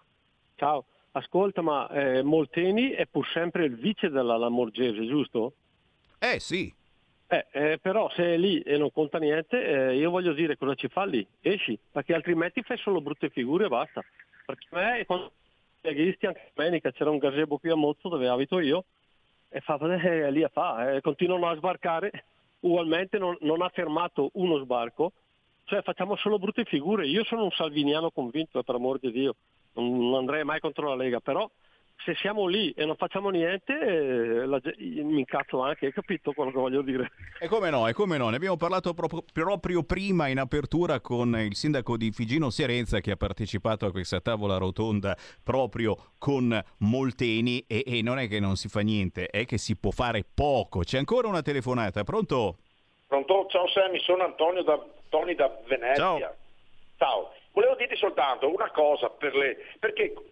Ciao, ascolta, ma eh, Molteni è pur sempre il vice della Lamorgese, giusto? Eh sì. Eh, eh, però se è lì e non conta niente, eh, io voglio dire, cosa ci fa lì? Esci, perché altrimenti fai solo brutte figure e basta. Perché a me, quando i leghisti, anche domenica c'era un gazebo qui a Mozzo dove abito io, e fa, eh, lì a fa, eh, continuano a sbarcare, ugualmente non, non ha fermato uno sbarco. Cioè facciamo solo brutte figure. Io sono un salviniano convinto, per amor di Dio, non andrei mai contro la Lega, però se siamo lì e non facciamo niente eh, la, mi incazzo anche, hai capito quello che voglio dire? E come no, e come no, ne abbiamo parlato proprio, proprio prima in apertura con il sindaco di Figino Sierrenza, che ha partecipato a questa tavola rotonda proprio con Molteni, e, e non è che non si fa niente, è che si può fare poco. C'è ancora una telefonata, pronto? Pronto, ciao Sammy, sono Antonio da Tony da Venezia. Ciao. Ciao. Volevo dirti soltanto una cosa per le, perché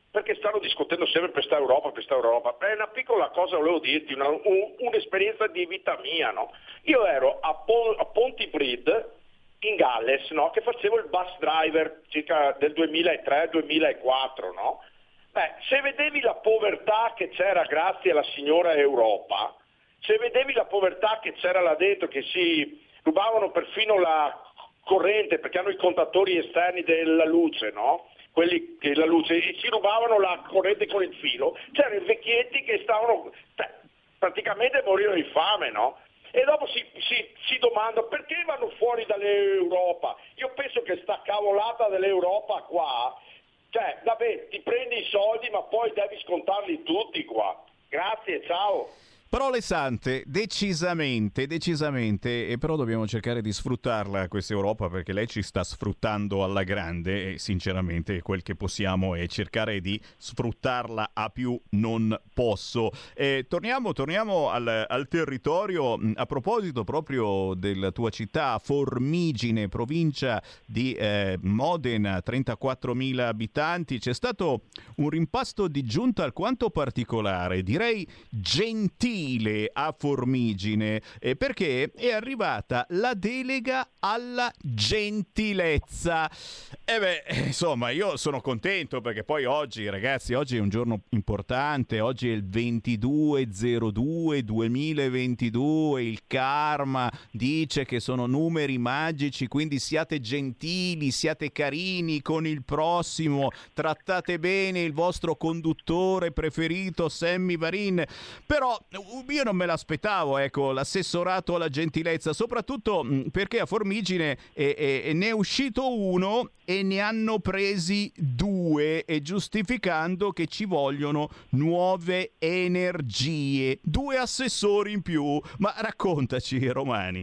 perché stanno discutendo sempre per sta Europa, per sta Europa. Beh, una piccola cosa volevo dirti, una, un, un'esperienza di vita mia, no? Io ero a, Pon- a Pontypridd, in Galles, no? Che facevo il bus driver circa del duemilatré duemilaquattro, no? Beh, se vedevi la povertà che c'era grazie alla signora Europa, se vedevi la povertà che c'era là dentro, che si rubavano perfino la corrente perché hanno i contatori esterni della luce, no? Quelli che la luce, e si rubavano la corrente con il filo, c'erano i vecchietti che stavano cioè, praticamente morivano di fame, no? E dopo si, si, si domanda perché vanno fuori dall'Europa. Io penso che sta cavolata dell'Europa qua, cioè vabbè, ti prendi i soldi ma poi devi scontarli tutti qua. Grazie, ciao. Parole sante, decisamente, decisamente, e però dobbiamo cercare di sfruttarla questa Europa, perché lei ci sta sfruttando alla grande e sinceramente quel che possiamo è cercare di sfruttarla a più non posso. Eh, torniamo torniamo al, al territorio, a proposito proprio della tua città, Formigine, provincia di eh, Modena, trentaquattromila abitanti. C'è stato un rimpasto di giunta alquanto particolare, direi gentile, a Formigine, eh, perché è arrivata la delega alla gentilezza. E beh, insomma, io sono contento perché poi oggi, ragazzi, oggi è un giorno importante, oggi è il ventidue zero due duemilaventidue, il karma dice che sono numeri magici, quindi siate gentili, siate carini con il prossimo, trattate bene il vostro conduttore preferito Sammy Varin. Però io non me l'aspettavo, ecco, l'assessorato alla gentilezza, soprattutto perché a Formigine è, è, ne è uscito uno e ne hanno presi due, e giustificando che ci vogliono nuove energie, due assessori in più. Ma raccontaci, Romani.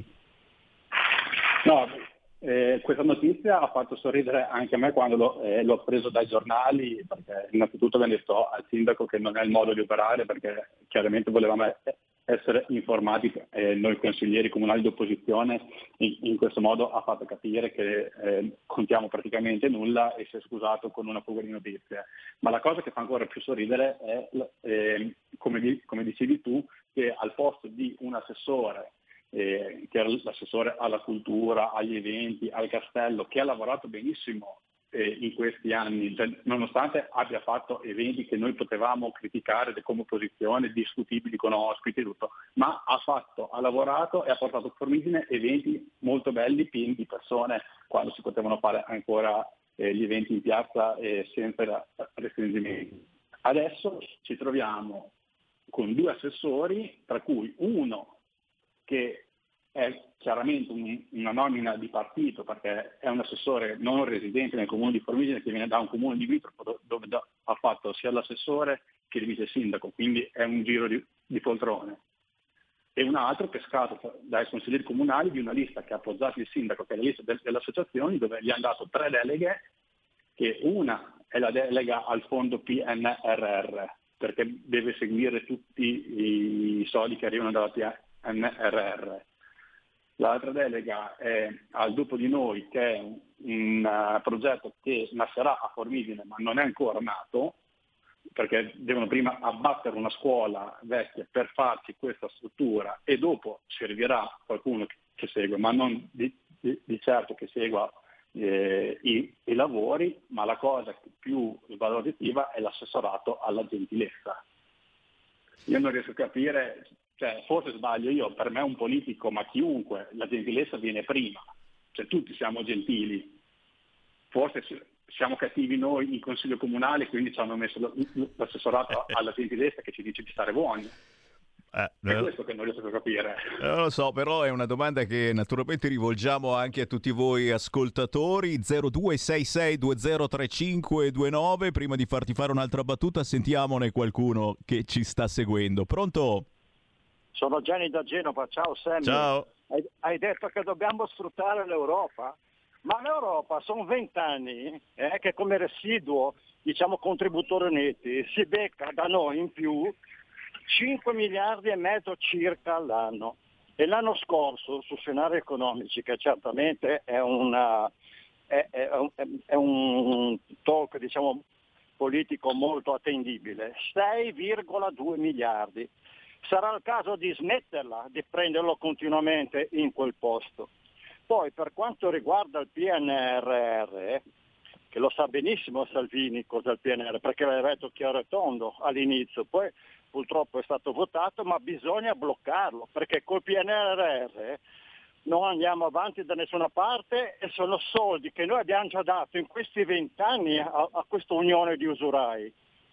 No, eh, questa notizia ha fatto sorridere anche a me quando l'ho, eh, l'ho preso dai giornali, perché innanzitutto abbiamo detto al sindaco che non è il modo di operare, perché chiaramente volevamo essere informati, eh, noi consiglieri comunali di opposizione, in, in questo modo ha fatto capire che eh, contiamo praticamente nulla e si è scusato con una fuga di notizie. Ma la cosa che fa ancora più sorridere è, eh, come, di, come dicevi tu, che al posto di un assessore, eh, che era l'assessore alla cultura, agli eventi, al castello, che ha lavorato benissimo in questi anni, cioè, nonostante abbia fatto eventi che noi potevamo criticare come opposizione, discutibili con ospiti e tutto, ma ha fatto, ha lavorato e ha portato a Formigine eventi molto belli, pieni di persone, quando si potevano fare ancora eh, gli eventi in piazza eh, senza restringimenti. Adesso ci troviamo con due assessori, tra cui uno che è chiaramente un, una nomina di partito, perché è un assessore non residente nel comune di Formigine, che viene da un comune di Vitrofo dove da, ha fatto sia l'assessore che il vice sindaco, quindi è un giro di, di poltrone. E un altro pescato dai consiglieri comunali di una lista che ha appoggiato il sindaco, che è la lista del, delle associazioni, dove gli hanno dato tre deleghe, che una è la delega al fondo P N R R, perché deve seguire tutti i soldi che arrivano dalla P N R R. L'altra delega è al Dopo di Noi, che è un, un uh, progetto che nascerà a Formigine ma non è ancora nato, perché devono prima abbattere una scuola vecchia per farci questa struttura e dopo servirà qualcuno che, che segue, ma non di, di, di certo che segua eh, i, i lavori, ma la cosa più svaloritiva è l'assessorato alla gentilezza. Io non riesco a capire... Cioè, forse sbaglio io, per me un politico, ma chiunque, la gentilezza viene prima, cioè tutti siamo gentili, forse siamo cattivi noi in consiglio comunale, quindi ci hanno messo l'assessorato alla gentilezza che ci dice di stare buoni. Eh, è questo che non riesco a capire. Non lo so, però è una domanda che naturalmente rivolgiamo anche a tutti voi ascoltatori. Zero due sei sei due zero tre cinque due nove. Prima di farti fare un'altra battuta, sentiamone qualcuno che ci sta seguendo. Pronto? Sono Gianni da Genova, ciao Sammy. Ciao. Hai, hai detto che dobbiamo sfruttare l'Europa, ma l'Europa sono vent'anni eh, che come residuo, diciamo contributori netti, si becca da noi in più cinque miliardi e mezzo circa all'anno. E l'anno scorso, su scenari economici, che certamente è, una, è, è, un, è un talk diciamo politico molto attendibile, sei virgola due miliardi. Sarà il caso di smetterla di prenderlo continuamente in quel posto. Poi per quanto riguarda il P N R R, che lo sa benissimo Salvini cosa è il P N R R, perché l'aveva detto chiaro e tondo all'inizio, poi purtroppo è stato votato, ma bisogna bloccarlo, perché col P N R R non andiamo avanti da nessuna parte e sono soldi che noi abbiamo già dato in questi vent'anni a, a questa unione di usurai.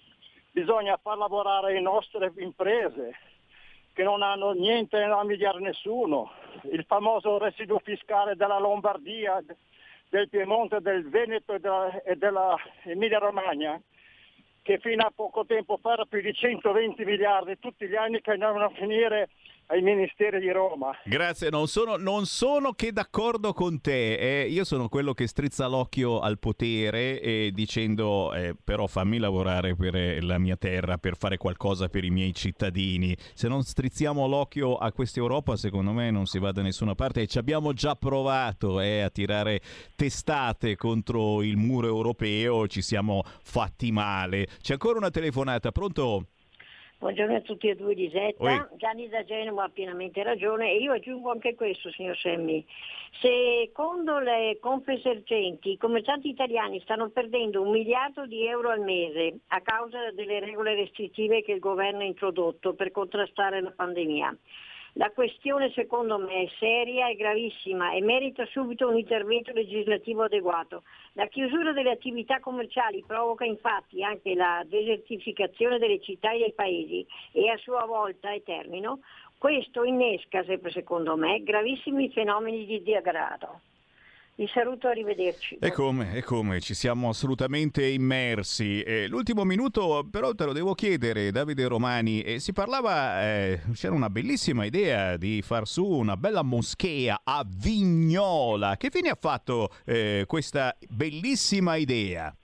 Bisogna far lavorare le nostre imprese che non hanno niente da invidiare nessuno, il famoso residuo fiscale della Lombardia, del Piemonte, del Veneto e della, e della Emilia Romagna, che fino a poco tempo fa era più di centoventi miliardi tutti gli anni che andavano a finire ai ministeri di Roma. Grazie, non sono, non sono che d'accordo con te, eh, io sono quello che strizza l'occhio al potere eh, dicendo eh, però fammi lavorare per eh, la mia terra, per fare qualcosa per i miei cittadini. Se non strizziamo l'occhio a questa Europa, secondo me non si va da nessuna parte, e ci abbiamo già provato eh, a tirare testate contro il muro europeo, ci siamo fatti male. C'è ancora una telefonata, pronto? Buongiorno a tutti e due, Lisetta. Oi. Gianni da Genova ha pienamente ragione e io aggiungo anche questo, signor Semmi. Secondo le Confesercenti, i commercianti italiani stanno perdendo un miliardo di euro al mese a causa delle regole restrittive che il governo ha introdotto per contrastare la pandemia. La questione secondo me è seria e gravissima e merita subito un intervento legislativo adeguato. La chiusura delle attività commerciali provoca infatti anche la desertificazione delle città e dei paesi e a sua volta, e termino, questo innesca, sempre secondo me, gravissimi fenomeni di degrado. Vi saluto, arrivederci. E come, e come, ci siamo assolutamente immersi. Eh, l'ultimo minuto però te lo devo chiedere, Davide Romani, eh, si parlava, eh, c'era una bellissima idea di far su una bella moschea a Vignola. Che fine ha fatto eh, questa bellissima idea?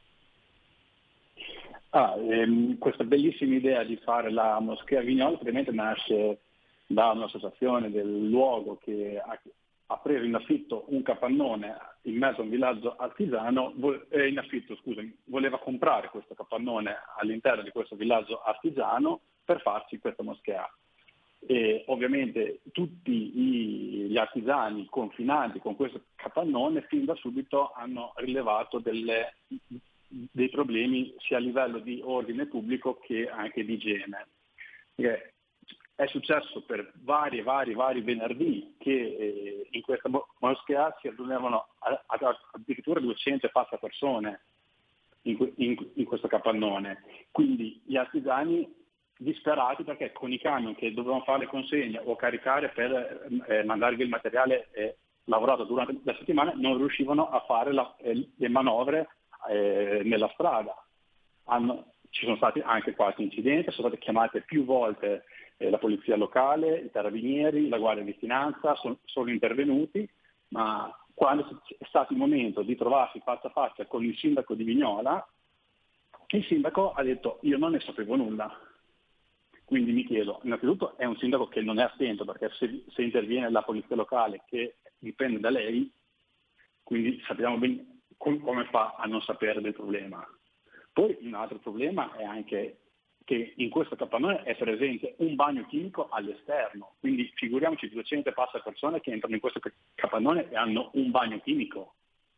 Ah, ehm, questa bellissima idea di fare la moschea a Vignola ovviamente nasce da un'associazione del luogo che ha ha preso in affitto un capannone in mezzo a un villaggio artigiano, eh, in affitto, scusami, voleva comprare questo capannone all'interno di questo villaggio artigiano per farci questa moschea. E ovviamente tutti i, gli artigiani confinanti con questo capannone fin da subito hanno rilevato delle, dei problemi sia a livello di ordine pubblico che anche di igiene. Perché è successo per vari, vari, vari venerdì che eh, in questa moschea si riunivano addirittura duecento e passa persone in, in, in questo capannone. Quindi gli artigiani disperati perché con i camion che dovevano fare le consegne o caricare per eh, mandarvi il materiale eh, lavorato durante la settimana non riuscivano a fare la, eh, le manovre eh, nella strada. Hanno, ci sono stati anche qualche incidente, sono state chiamate più volte la polizia locale, i carabinieri, la guardia di finanza sono, sono intervenuti, ma quando è stato il momento di trovarsi faccia a faccia con il sindaco di Vignola, il sindaco ha detto io non ne sapevo nulla. Quindi mi chiedo, innanzitutto è un sindaco che non è attento, perché se, se interviene la polizia locale che dipende da lei, quindi sappiamo ben come fa a non sapere del problema. Poi un altro problema è anche che in questo capannone è presente un bagno chimico all'esterno, quindi figuriamoci duecento e passa persone che entrano in questo capannone e hanno un bagno chimico.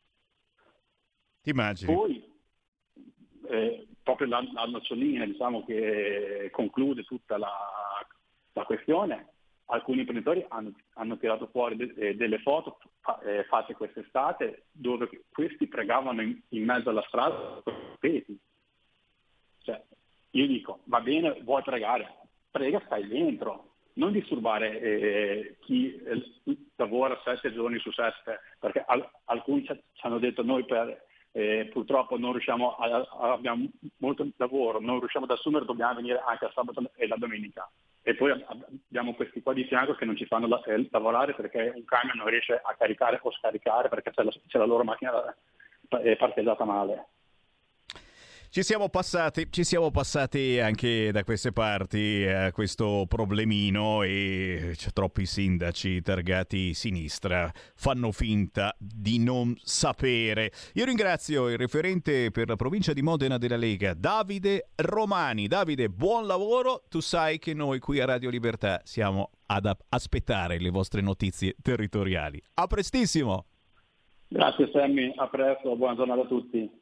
Ti immagini? Poi, eh, proprio la, la nocciolina, diciamo, che conclude tutta la, la questione, alcuni imprenditori hanno, hanno tirato fuori de, eh, delle foto eh, fatte quest'estate dove questi pregavano in, in mezzo alla strada con i peti. Cioè, io dico, va bene, vuoi pregare, prega, stai dentro, non disturbare eh, chi eh, lavora sette giorni su sette, perché al- alcuni ci hanno detto noi per, eh, purtroppo non riusciamo, a, a, abbiamo molto lavoro, non riusciamo ad assumere, dobbiamo venire anche a sabato e la domenica. E poi abbiamo questi qua di fianco che non ci fanno la- eh, lavorare perché un camion non riesce a caricare o scaricare perché c'è la, c'è la loro macchina eh, parcheggiata male. Ci siamo passati, ci siamo passati anche da queste parti a questo problemino e c'è troppi sindaci targati sinistra, fanno finta di non sapere. Io ringrazio il referente per la provincia di Modena della Lega, Davide Romani. Davide, buon lavoro, tu sai che noi qui a Radio Libertà siamo ad aspettare le vostre notizie territoriali. A prestissimo! Grazie Sammy, a presto, buona giornata a tutti.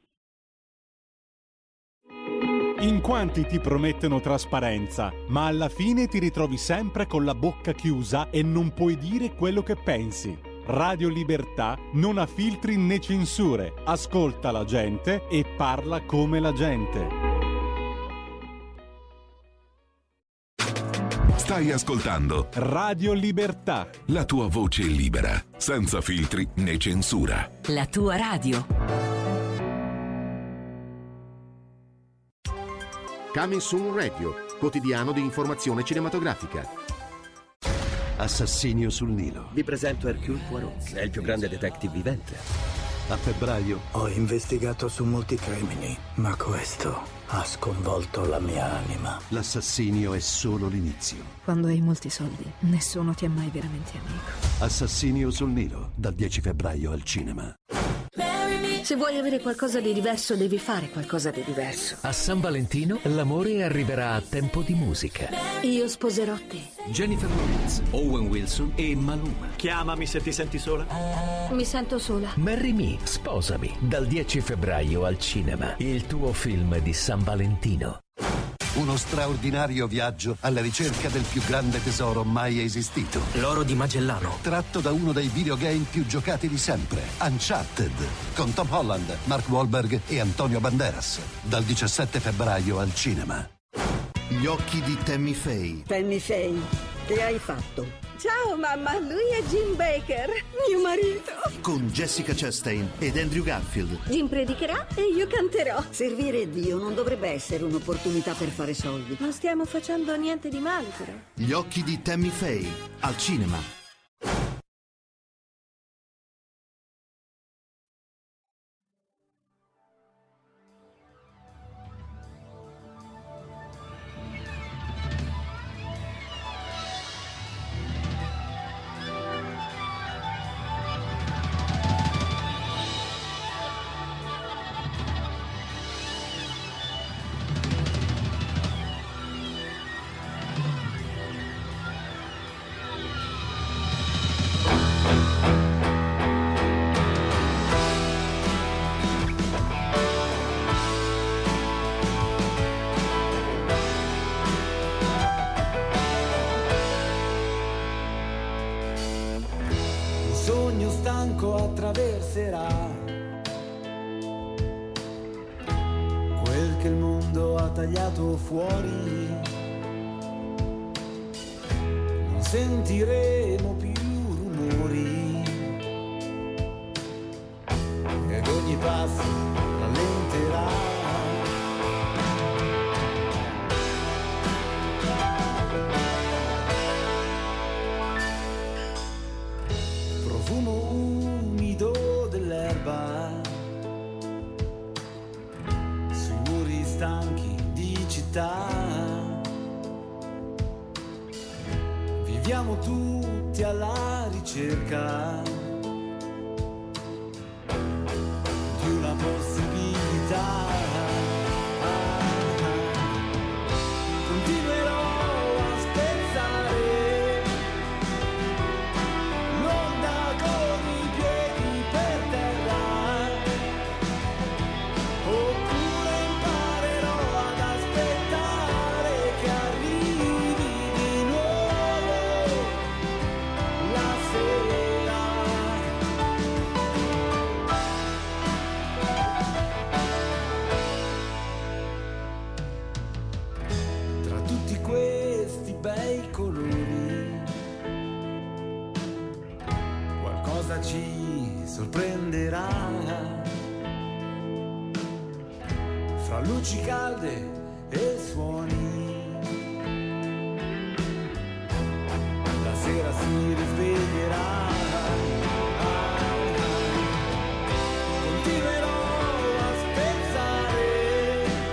In quanti ti promettono trasparenza, ma alla fine ti ritrovi sempre con la bocca chiusa e non puoi dire quello che pensi. Radio Libertà non ha filtri né censure, ascolta la gente e parla come la gente. Stai ascoltando Radio Libertà, la tua voce libera, senza filtri né censura. La tua radio. Coming Soon Radio, quotidiano di informazione cinematografica. Assassinio sul Nilo. Vi presento Hercule Poirot, è il più grande detective vivente. A febbraio ho investigato su molti crimini, ma questo ha sconvolto la mia anima. L'assassinio è solo l'inizio. Quando hai molti soldi, nessuno ti è mai veramente amico. Assassinio sul Nilo, dal dieci febbraio al cinema. Se vuoi avere qualcosa di diverso, devi fare qualcosa di diverso. A San Valentino l'amore arriverà a tempo di musica. Io sposerò te. Jennifer Lawrence, Owen Wilson e Maluma. Chiamami se ti senti sola. Mi sento sola. Marry Me, sposami, dal dieci febbraio al cinema. Il tuo film di San Valentino. Uno straordinario viaggio alla ricerca del più grande tesoro mai esistito. L'oro di Magellano. Tratto da uno dei videogame più giocati di sempre, Uncharted, con Tom Holland, Mark Wahlberg e Antonio Banderas. Dal diciassette febbraio al cinema. Gli occhi di Tammy Faye. Tammy Faye, che hai fatto? Ciao mamma, lui è Jim Baker, mio marito. Con Jessica Chastain ed Andrew Garfield. Jim predicherà e io canterò. Servire Dio non dovrebbe essere un'opportunità per fare soldi. Non stiamo facendo niente di male però. Gli occhi di Tammy Faye, al cinema. Attraverserà quel che il mondo ha tagliato fuori. Non sentiremo più rumori ed ogni passo rallenterà. Profumo sui muri stanchi di città, viviamo tutti alla ricerca di una possibilità. Continuerò a spezzare l'onda con i piedi per terra, oppure imparerò ad aspettare che arrivi di nuovo la sera. Tra tutti questi bei colori qualcosa ci sorprenderà. Fra luci calde e suoni, la sera si risveglierà. Continuerò a spezzare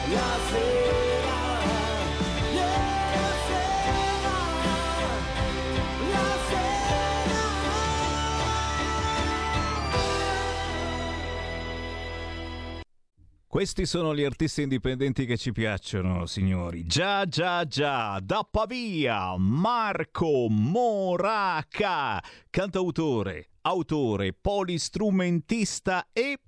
la sera, yeah, la sera, la sera. Questi sono gli artisti indipendenti che ci piacciono, signori. Già, già, già. Da Pavia, Marco Moraca, cantautore, autore, polistrumentista e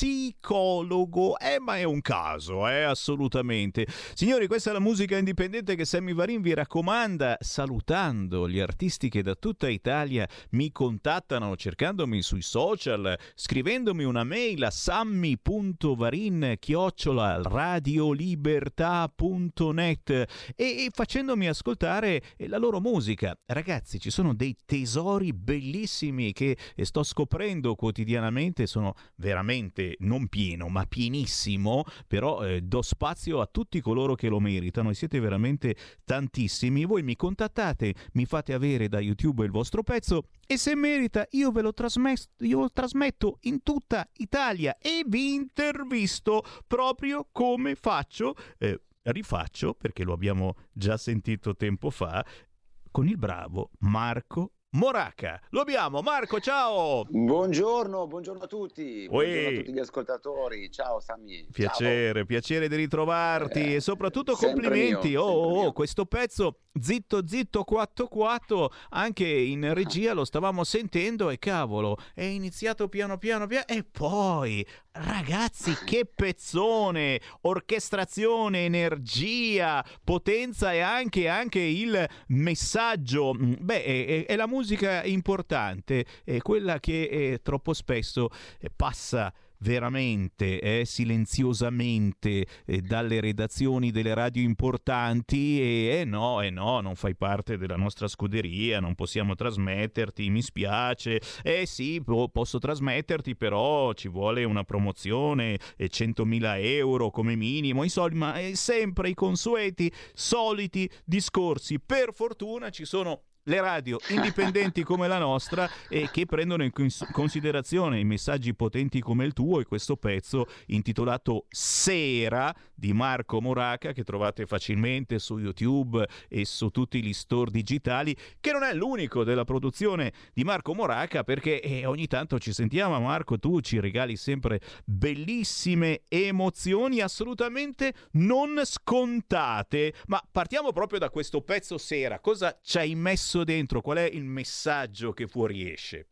psicologo. Eh, ma è un caso, eh, assolutamente. Signori, questa è la musica indipendente che Sammy Varin vi raccomanda, salutando gli artisti che da tutta Italia mi contattano, cercandomi sui social, scrivendomi una mail a sammy punto varin chiocciola radiolibertà punto net e, e facendomi ascoltare la loro musica. Ragazzi, ci sono dei tesori bellissimi che sto scoprendo quotidianamente, sono veramente non pieno ma pienissimo, però eh, do spazio a tutti coloro che lo meritano e siete veramente tantissimi. Voi mi contattate, mi fate avere da YouTube il vostro pezzo e se merita io ve lo trasmetto, io lo trasmetto in tutta Italia e vi intervisto proprio come faccio, eh, rifaccio perché lo abbiamo già sentito tempo fa, con il bravo Marco Moraca. Lo abbiamo, Marco, ciao! Buongiorno, buongiorno a tutti, buongiorno a tutti gli ascoltatori, ciao Sammy. Piacere, ciao. piacere di ritrovarti eh, e soprattutto complimenti. Mio, oh, oh, mio. questo pezzo zitto zitto quattro quattro anche in regia lo stavamo sentendo e cavolo, è iniziato piano piano piano e poi ragazzi che pezzone, orchestrazione, energia, potenza e anche, anche il messaggio. Beh, è, è la musica importante, è quella che eh, troppo spesso eh, passa veramente eh, silenziosamente eh, dalle redazioni delle radio importanti e eh, no, eh no, non fai parte della nostra scuderia, non possiamo trasmetterti, mi spiace. Eh sì, po- posso trasmetterti, però ci vuole una promozione e centomila euro come minimo, insomma, è sempre i consueti soliti discorsi. Per fortuna ci sono le radio indipendenti come la nostra e che prendono in cons- considerazione i messaggi potenti come il tuo e questo pezzo intitolato Sera di Marco Moraca che trovate facilmente su YouTube e su tutti gli store digitali, che non è l'unico della produzione di Marco Moraca perché eh, ogni tanto ci sentiamo. Marco, tu ci regali sempre bellissime emozioni assolutamente non scontate, ma partiamo proprio da questo pezzo Sera. Cosa ci hai messo dentro? Qual è il messaggio che fuoriesce?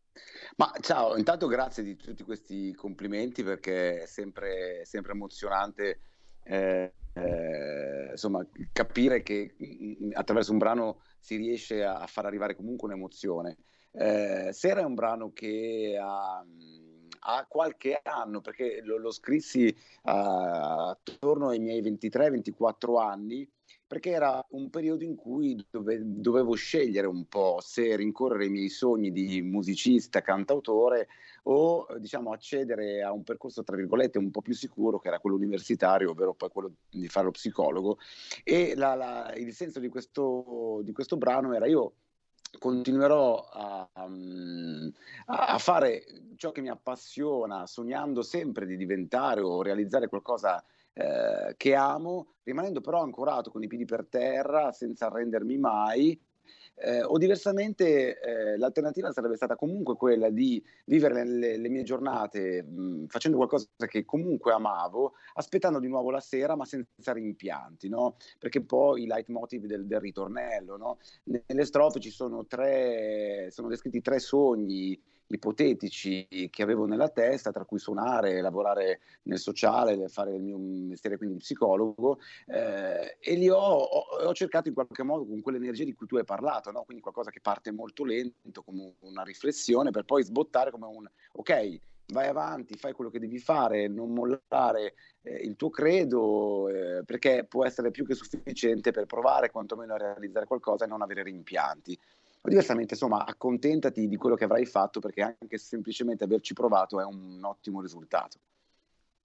Ma ciao, intanto grazie di tutti questi complimenti perché è sempre, sempre emozionante eh, eh, insomma capire che mh, attraverso un brano si riesce a far arrivare comunque un'emozione. Eh, Sera è un brano che ha, ha qualche anno perché lo, lo scrissi uh, attorno ai miei ventitré ventiquattro anni, perché era un periodo in cui dove, dovevo scegliere un po' se rincorrere i miei sogni di musicista, cantautore o diciamo accedere a un percorso tra virgolette un po' più sicuro che era quello universitario, ovvero poi quello di fare lo psicologo. E la, la, il senso di questo, di questo brano era: io continuerò a, a fare ciò che mi appassiona, sognando sempre di diventare o realizzare qualcosa Eh, che amo, rimanendo però ancorato con i piedi per terra, senza arrendermi mai, eh, o diversamente eh, l'alternativa sarebbe stata comunque quella di vivere le, le mie giornate mh, facendo qualcosa che comunque amavo, aspettando di nuovo la sera ma senza rimpianti, no? Perché poi i leitmotiv del, del ritornello, no? Nelle strofe ci sono tre, sono descritti tre sogni ipotetici che avevo nella testa, tra cui suonare, lavorare nel sociale, fare il mio mestiere quindi psicologo, eh, e li ho, ho, ho cercato in qualche modo con quell'energia di cui tu hai parlato, no? Quindi qualcosa che parte molto lento, come una riflessione, per poi sbottare come un ok, vai avanti, fai quello che devi fare, non mollare eh, il tuo credo, eh, perché può essere più che sufficiente per provare quantomeno a realizzare qualcosa e non avere rimpianti. O diversamente, insomma, accontentati di quello che avrai fatto, perché anche semplicemente averci provato è un ottimo risultato.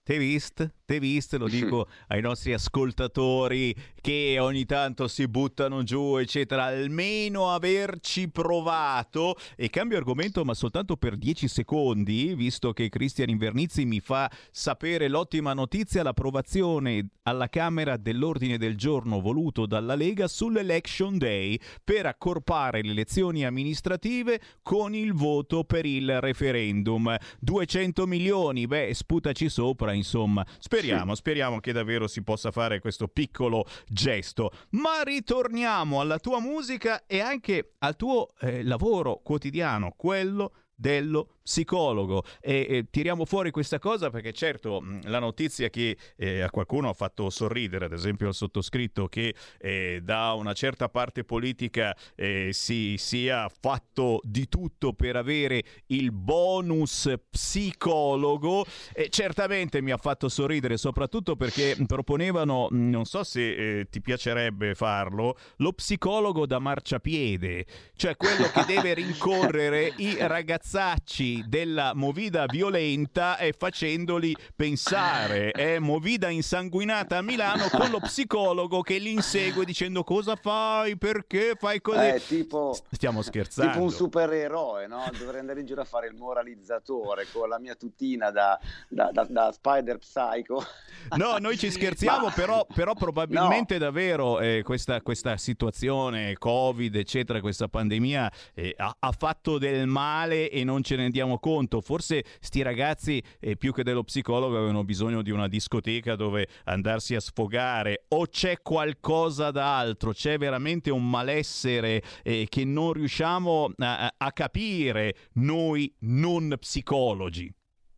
Te vist? Te vist? Lo dico ai nostri ascoltatori che ogni tanto si buttano giù, eccetera. Almeno averci provato. E cambio argomento, ma soltanto per dieci secondi, visto che Cristian Invernizzi mi fa sapere l'ottima notizia, l'approvazione alla Camera dell'ordine del giorno voluto dalla Lega sull'Election Day per accorpare le elezioni amministrative con il voto per il referendum. duecento milioni, beh, sputaci sopra, insomma. Speriamo, sì. speriamo che davvero si possa fare questo piccolo gesto. Ma ritorniamo alla tua musica e anche al tuo eh, lavoro quotidiano, quello dello psicologo, e, e tiriamo fuori questa cosa perché certo la notizia che eh, a qualcuno ha fatto sorridere, ad esempio al sottoscritto, che eh, da una certa parte politica eh, si sia fatto di tutto per avere il bonus psicologo, eh, certamente mi ha fatto sorridere, soprattutto perché proponevano, non so se eh, ti piacerebbe farlo, lo psicologo da marciapiede, cioè quello che deve rincorrere i ragazzacci della movida violenta e facendoli pensare. È movida insanguinata a Milano con lo psicologo che li insegue dicendo: cosa fai, perché fai così. Eh, tipo, stiamo scherzando, tipo un supereroe, no? Dovrei andare in giro a fare il moralizzatore con la mia tutina da, da, da, da Spider Psycho. No, noi ci scherziamo, Ma... però, però probabilmente no. davvero eh, questa, questa situazione Covid, eccetera, questa pandemia eh, ha, ha fatto del male e non ce ne rendiamo conto. Forse sti ragazzi eh, più che dello psicologo avevano bisogno di una discoteca dove andarsi a sfogare, o c'è qualcosa d'altro, c'è veramente un malessere eh, che non riusciamo a, a capire noi non psicologi.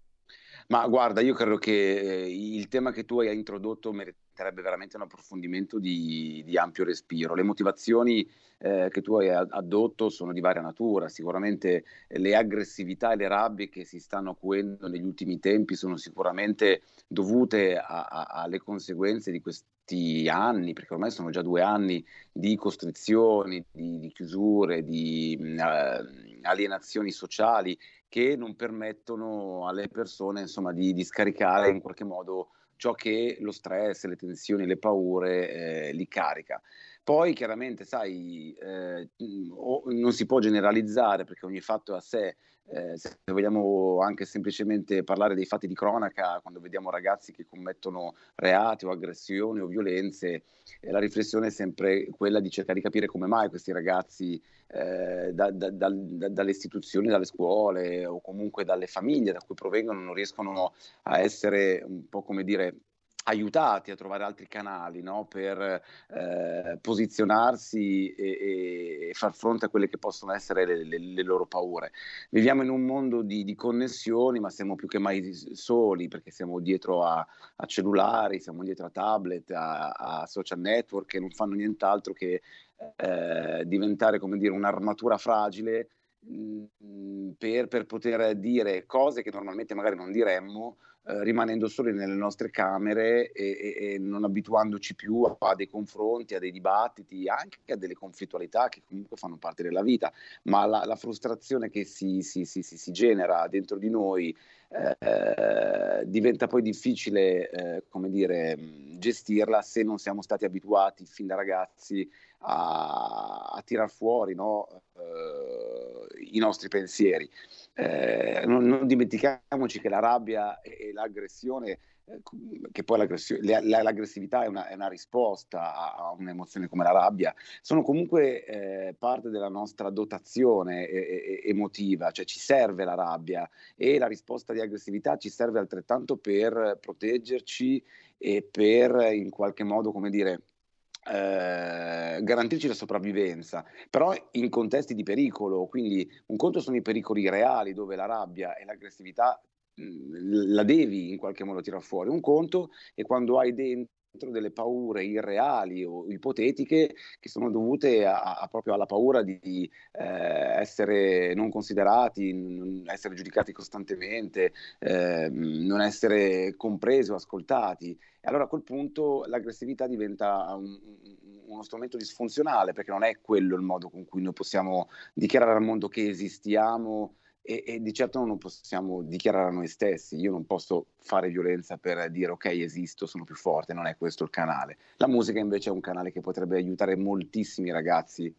Ma guarda, io credo che il tema che tu hai introdotto meriterebbe veramente un approfondimento di, di ampio respiro. Le motivazioni eh, che tu hai addotto sono di varia natura. Sicuramente le aggressività e le rabbie che si stanno acuendo negli ultimi tempi sono sicuramente dovute a, a, alle conseguenze di questi anni, perché ormai sono già due anni di costrizioni, di, di chiusure, di uh, alienazioni sociali che non permettono alle persone, insomma, di, di scaricare in qualche modo ciò che lo stress, le tensioni, le paure eh, li carica. Poi chiaramente, sai, eh, non si può generalizzare perché ogni fatto è a sé. Eh, se vogliamo anche semplicemente parlare dei fatti di cronaca, quando vediamo ragazzi che commettono reati o aggressioni o violenze, eh, la riflessione è sempre quella di cercare di capire come mai questi ragazzi eh, da, da, da, da, dalle istituzioni, dalle scuole o comunque dalle famiglie da cui provengono non riescono a essere un po', come dire, aiutati a trovare altri canali, no? per eh, posizionarsi e, e far fronte a quelle che possono essere le, le, le loro paure. Viviamo in un mondo di, di connessioni, ma siamo più che mai soli perché siamo dietro a, a cellulari, siamo dietro a tablet, a, a social network che non fanno nient'altro che eh, diventare, come dire, un'armatura fragile mh, per, per poter dire cose che normalmente magari non diremmo, Eh, rimanendo soli nelle nostre camere e, e, e non abituandoci più a, a dei confronti, a dei dibattiti, anche a delle conflittualità che comunque fanno parte della vita, ma la, la frustrazione che si, si, si, si, si genera dentro di noi eh, diventa poi difficile, eh, come dire, gestirla se non siamo stati abituati fin da ragazzi a, a tirar fuori, no? eh, i nostri pensieri. Eh, non, non dimentichiamoci che la rabbia e, e l'aggressione, eh, che poi l'aggressività l'aggressività è una, è una risposta a, a un'emozione come la rabbia, sono comunque eh, parte della nostra dotazione e, e, emotiva, cioè ci serve la rabbia e la risposta di aggressività ci serve altrettanto per proteggerci e per in qualche modo, come dire, Eh, garantirci la sopravvivenza, però in contesti di pericolo. Quindi un conto sono i pericoli reali dove la rabbia e l'aggressività mh, la devi in qualche modo tirar fuori, un conto è quando hai dentro delle paure irreali o ipotetiche che sono dovute a, a proprio alla paura di eh, essere non considerati, non essere giudicati costantemente, eh, non essere compresi o ascoltati. E allora a quel punto l'aggressività diventa un, uno strumento disfunzionale, perché non è quello il modo con cui noi possiamo dichiarare al mondo che esistiamo e, e di certo non possiamo dichiarare a noi stessi. Io non posso fare violenza per dire ok, esisto, sono più forte, non è questo il canale. La musica invece è un canale che potrebbe aiutare moltissimi ragazzi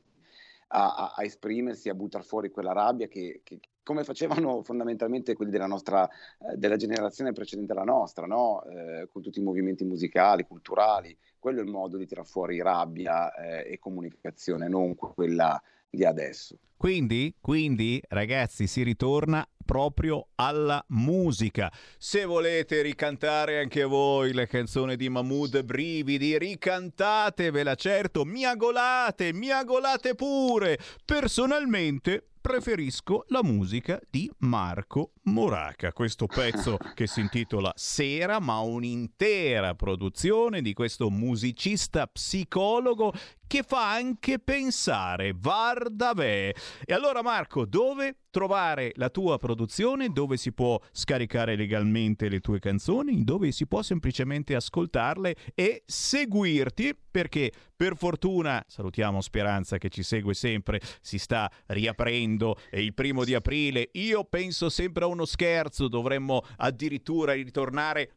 a, a, a esprimersi, a buttare fuori quella rabbia che, che come facevano fondamentalmente quelli della nostra, eh, della generazione precedente alla nostra, no? Eh, con tutti i movimenti musicali, culturali. Quello è il modo di tirar fuori rabbia eh, e comunicazione, non quella di adesso. Quindi, quindi, ragazzi, si ritorna proprio alla musica. Se volete ricantare anche voi la canzone di Mahmood, Brividi, ricantatevela, certo, miagolate, miagolate pure. Personalmente preferisco la musica di Marco Moraca, questo pezzo che si intitola Sera, ma un'intera produzione di questo musicista psicologo che fa anche pensare, Vardavè. E allora Marco, dove trovare la tua produzione, dove si può scaricare legalmente le tue canzoni, dove si può semplicemente ascoltarle e seguirti, perché per fortuna, salutiamo Speranza che ci segue sempre, si sta riaprendo e il primo di aprile, io penso sempre a uno scherzo, dovremmo addirittura ritornare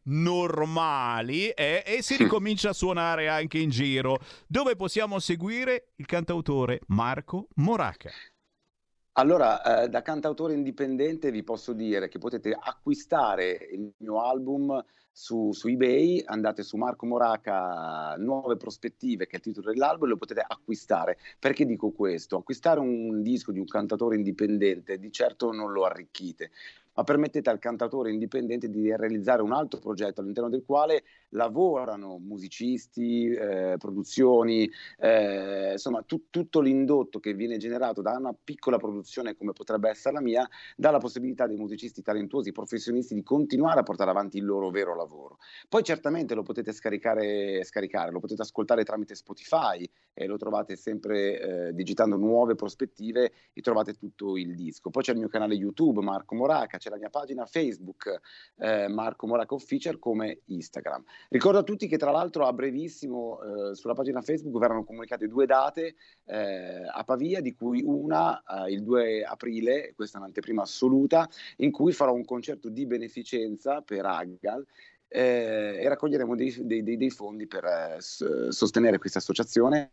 normali eh, e si ricomincia a suonare anche in giro. Dove possiamo seguire il cantautore Marco Moraca? Allora, eh, da cantautore indipendente vi posso dire che potete acquistare il mio album su, su eBay, andate su Marco Moraca Nuove Prospettive, che è il titolo dell'album, e lo potete acquistare. Perché dico questo? Acquistare un disco di un cantautore indipendente di certo non lo arricchite, ma permettete al cantautore indipendente di realizzare un altro progetto all'interno del quale lavorano musicisti, eh, produzioni, eh, insomma tu, tutto l'indotto che viene generato da una piccola produzione come potrebbe essere la mia, dà la possibilità dei musicisti talentuosi, professionisti di continuare a portare avanti il loro vero lavoro. Poi certamente lo potete scaricare, scaricare lo potete ascoltare tramite Spotify e lo trovate sempre eh, digitando Nuove Prospettive e trovate tutto il disco. Poi c'è il mio canale YouTube Marco Moraca, c'è la mia pagina Facebook eh, Marco Moraca Official, come Instagram. Ricordo a tutti che tra l'altro a brevissimo eh, sulla pagina Facebook verranno comunicate due date eh, a Pavia, di cui una eh, il due aprile, questa è un'anteprima assoluta, in cui farò un concerto di beneficenza per Aggal eh, e raccoglieremo dei, dei, dei, dei fondi per eh, sostenere questa associazione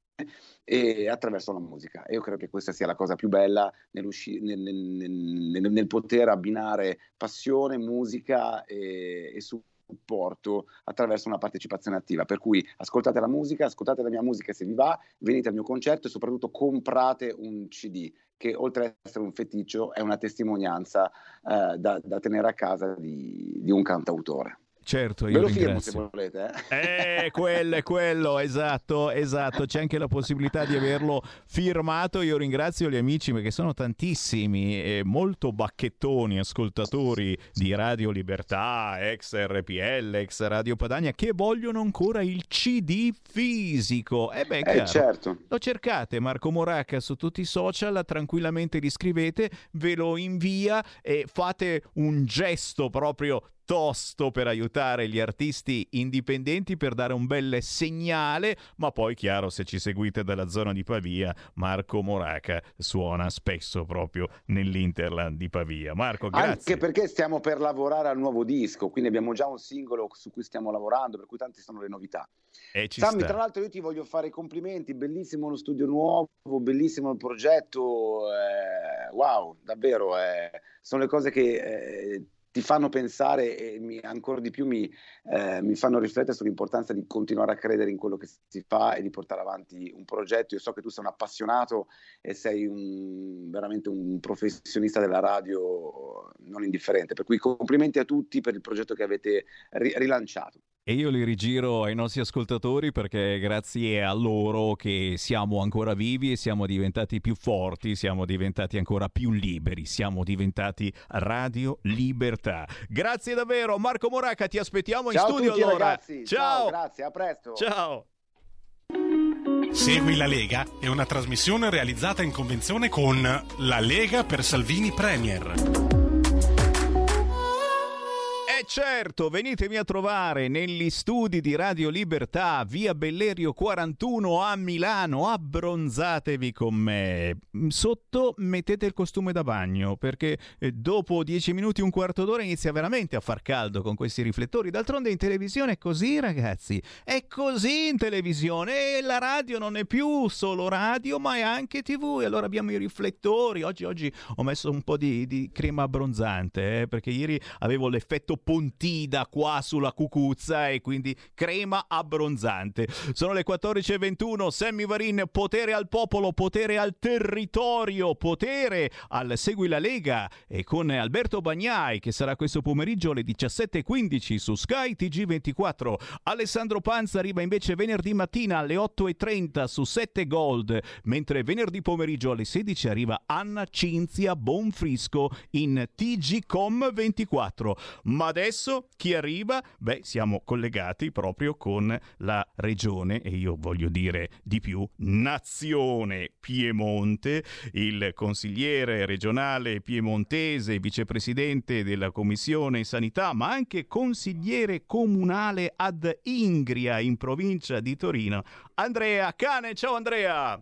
e attraverso la musica. E io credo che questa sia la cosa più bella nel, nel, nel, nel, nel poter abbinare passione, musica e, e supporto attraverso una partecipazione attiva. Per cui ascoltate la musica, ascoltate la mia musica se vi va, venite al mio concerto e soprattutto comprate un C D che oltre ad essere un feticcio è una testimonianza eh, da, da tenere a casa di, di un cantautore. Certo, io ve lo ringrazio. Firmo, se volete, eh? Eh, quello è quello, esatto, esatto. C'è anche la possibilità di averlo firmato. Io ringrazio gli amici perché sono tantissimi e molto bacchettoni ascoltatori di Radio Libertà, ex R P L, ex Radio Padania, che vogliono ancora il C D fisico. E beh, eh, chiaro, certo. Lo cercate, Marco Moraca, su tutti i social, tranquillamente li scrivete, ve lo invia e fate un gesto proprio tosto per aiutare gli artisti indipendenti, per dare un bel segnale. Ma poi chiaro, se ci seguite dalla zona di Pavia, Marco Moraca suona spesso proprio nell'Interland di Pavia. Marco, grazie. Anche perché stiamo per lavorare al nuovo disco, quindi abbiamo già un singolo su cui stiamo lavorando, per cui tante sono le novità. E ci Sammy, sta. tra l'altro io ti voglio fare i complimenti, bellissimo lo studio nuovo, bellissimo il progetto, eh, wow, davvero, eh, sono le cose che eh, ti fanno pensare e mi, ancora di più mi, eh, mi fanno riflettere sull'importanza di continuare a credere in quello che si fa e di portare avanti un progetto. Io so che tu sei un appassionato e sei un, veramente un professionista della radio non indifferente, per cui complimenti a tutti per il progetto che avete ri- rilanciato. E io li rigiro ai nostri ascoltatori perché grazie a loro che siamo ancora vivi e siamo diventati più forti, siamo diventati ancora più liberi, siamo diventati Radio Libertà. Grazie davvero Marco Moraca, ti aspettiamo in Ciao studio a tutti, allora. ragazzi. Ciao. Ciao, grazie, a presto. Ciao. Segui la Lega è una trasmissione realizzata in convenzione con La Lega per Salvini Premier. Eh certo, venitemi a trovare negli studi di Radio Libertà, via Bellerio quarantuno a Milano, abbronzatevi con me. Sotto mettete il costume da bagno, perché dopo dieci minuti, un quarto d'ora inizia veramente a far caldo con questi riflettori. D'altronde in televisione è così, ragazzi, è così in televisione, e la radio non è più solo radio ma è anche tivù, e allora abbiamo i riflettori. Oggi, oggi ho messo un po' di, di crema abbronzante, eh, perché ieri avevo l'effetto Pontida qua sulla cucuzza, e quindi crema abbronzante. Sono le quattordici e ventuno. Sammy Varin, potere al popolo, potere al territorio, potere al Segui la Lega, e con Alberto Bagnai, che sarà questo pomeriggio alle diciassette e quindici su Sky T G ventiquattro. Alessandro Panza arriva invece venerdì mattina alle otto e trenta su sette Gold, mentre venerdì pomeriggio alle sedici arriva Anna Cinzia Bonfrisco in T G Com ventiquattro. Ma adesso chi arriva? Beh, siamo collegati proprio con la regione, e io voglio dire di più, nazione Piemonte. Il consigliere regionale piemontese, vicepresidente della Commissione Sanità, ma anche consigliere comunale ad Ingria in provincia di Torino, Andrea Cane. Ciao Andrea!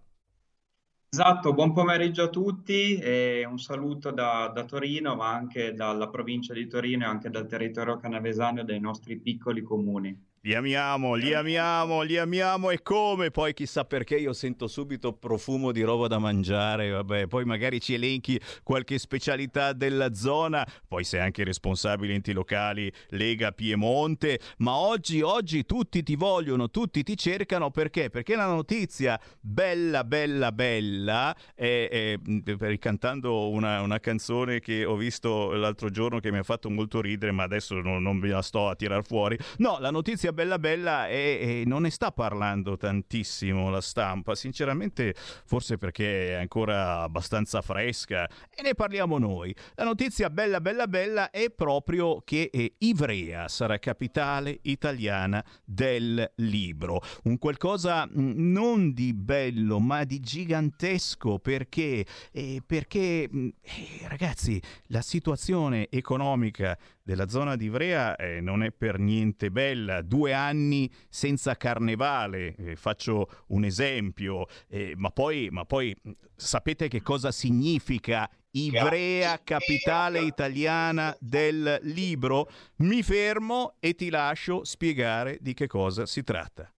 Esatto, buon pomeriggio a tutti e un saluto da, da Torino, ma anche dalla provincia di Torino e anche dal territorio canavesano e dai nostri piccoli comuni. Li amiamo, li amiamo, li amiamo, e come? Poi chissà perché io sento subito profumo di roba da mangiare, vabbè, poi magari ci elenchi qualche specialità della zona, poi sei anche responsabile enti locali Lega Piemonte, ma oggi, oggi tutti ti vogliono, tutti ti cercano, perché? Perché la notizia bella, bella, bella, è, è, ricantando una, una canzone che ho visto l'altro giorno che mi ha fatto molto ridere, ma adesso non, non ve la sto a tirar fuori, no, la notizia bella bella e, e non ne sta parlando tantissimo la stampa, sinceramente, forse perché è ancora abbastanza fresca, e ne parliamo noi. La notizia bella bella bella è proprio che eh, Ivrea sarà capitale italiana del libro, un qualcosa mh, non di bello ma di gigantesco, perché eh, perché mh, eh, ragazzi, la situazione economica della zona di Ivrea eh, non è per niente bella. Due anni senza carnevale, eh, faccio un esempio, eh, ma poi, ma poi sapete che cosa significa Ivrea, capitale italiana del libro? Mi fermo e ti lascio spiegare di che cosa si tratta.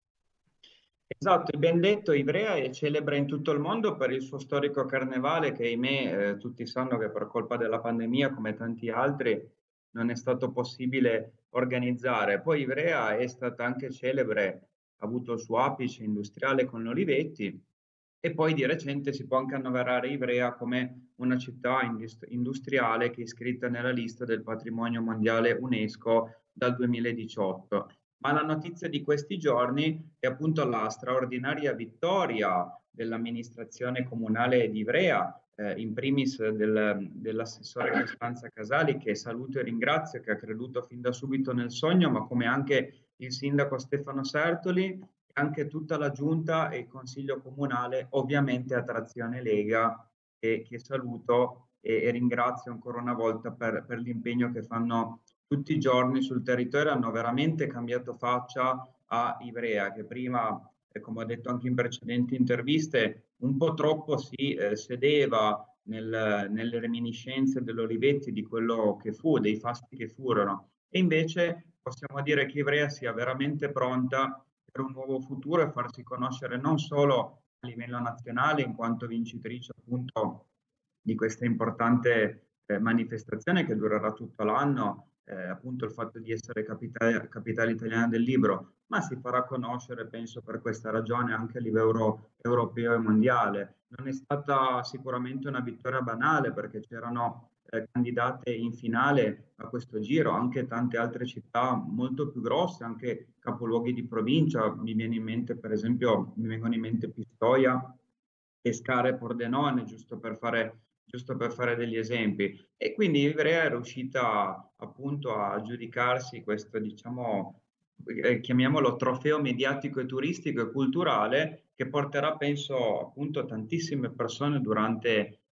Esatto, ben detto, Ivrea è celebre in tutto il mondo per il suo storico carnevale che, ahimè, eh, tutti sanno che per colpa della pandemia, come tanti altri, non è stato possibile organizzare. Poi Ivrea è stata anche celebre, ha avuto il suo apice industriale con l'Olivetti, e poi di recente si può anche annoverare Ivrea come una città industriale che è iscritta nella lista del patrimonio mondiale UNESCO dal duemiladiciotto. Ma la notizia di questi giorni è appunto la straordinaria vittoria dell'amministrazione comunale di Ivrea, eh, in primis del, dell'assessore Costanza Casali, che saluto e ringrazio, che ha creduto fin da subito nel sogno, ma come anche il sindaco Stefano Sertoli, e anche tutta la giunta e il consiglio comunale, ovviamente a trazione Lega, e che saluto e, e ringrazio ancora una volta per, per l'impegno che fanno tutti i giorni sul territorio. Hanno veramente cambiato faccia a Ivrea, che prima, e come ho detto anche in precedenti interviste, un po' troppo si eh, sedeva nel, nelle reminiscenze dell'Olivetti, di quello che fu, dei fasti che furono, e invece possiamo dire che Ivrea sia veramente pronta per un nuovo futuro e farsi conoscere non solo a livello nazionale, in quanto vincitrice appunto di questa importante eh, manifestazione che durerà tutto l'anno, Eh, appunto il fatto di essere capitale, capitale italiana del libro, ma si farà conoscere, penso, per questa ragione anche a livello europeo e mondiale. Non è stata sicuramente una vittoria banale, perché c'erano eh, candidate in finale a questo giro, anche tante altre città molto più grosse, anche capoluoghi di provincia. Mi viene in mente, per esempio, mi vengono in mente Pistoia, Pescara e Pordenone, giusto per fare giusto per fare degli esempi. E quindi Ivrea è riuscita appunto a giudicarsi questo, diciamo, eh, chiamiamolo trofeo mediatico e turistico e culturale, che porterà, penso, appunto tantissime persone durante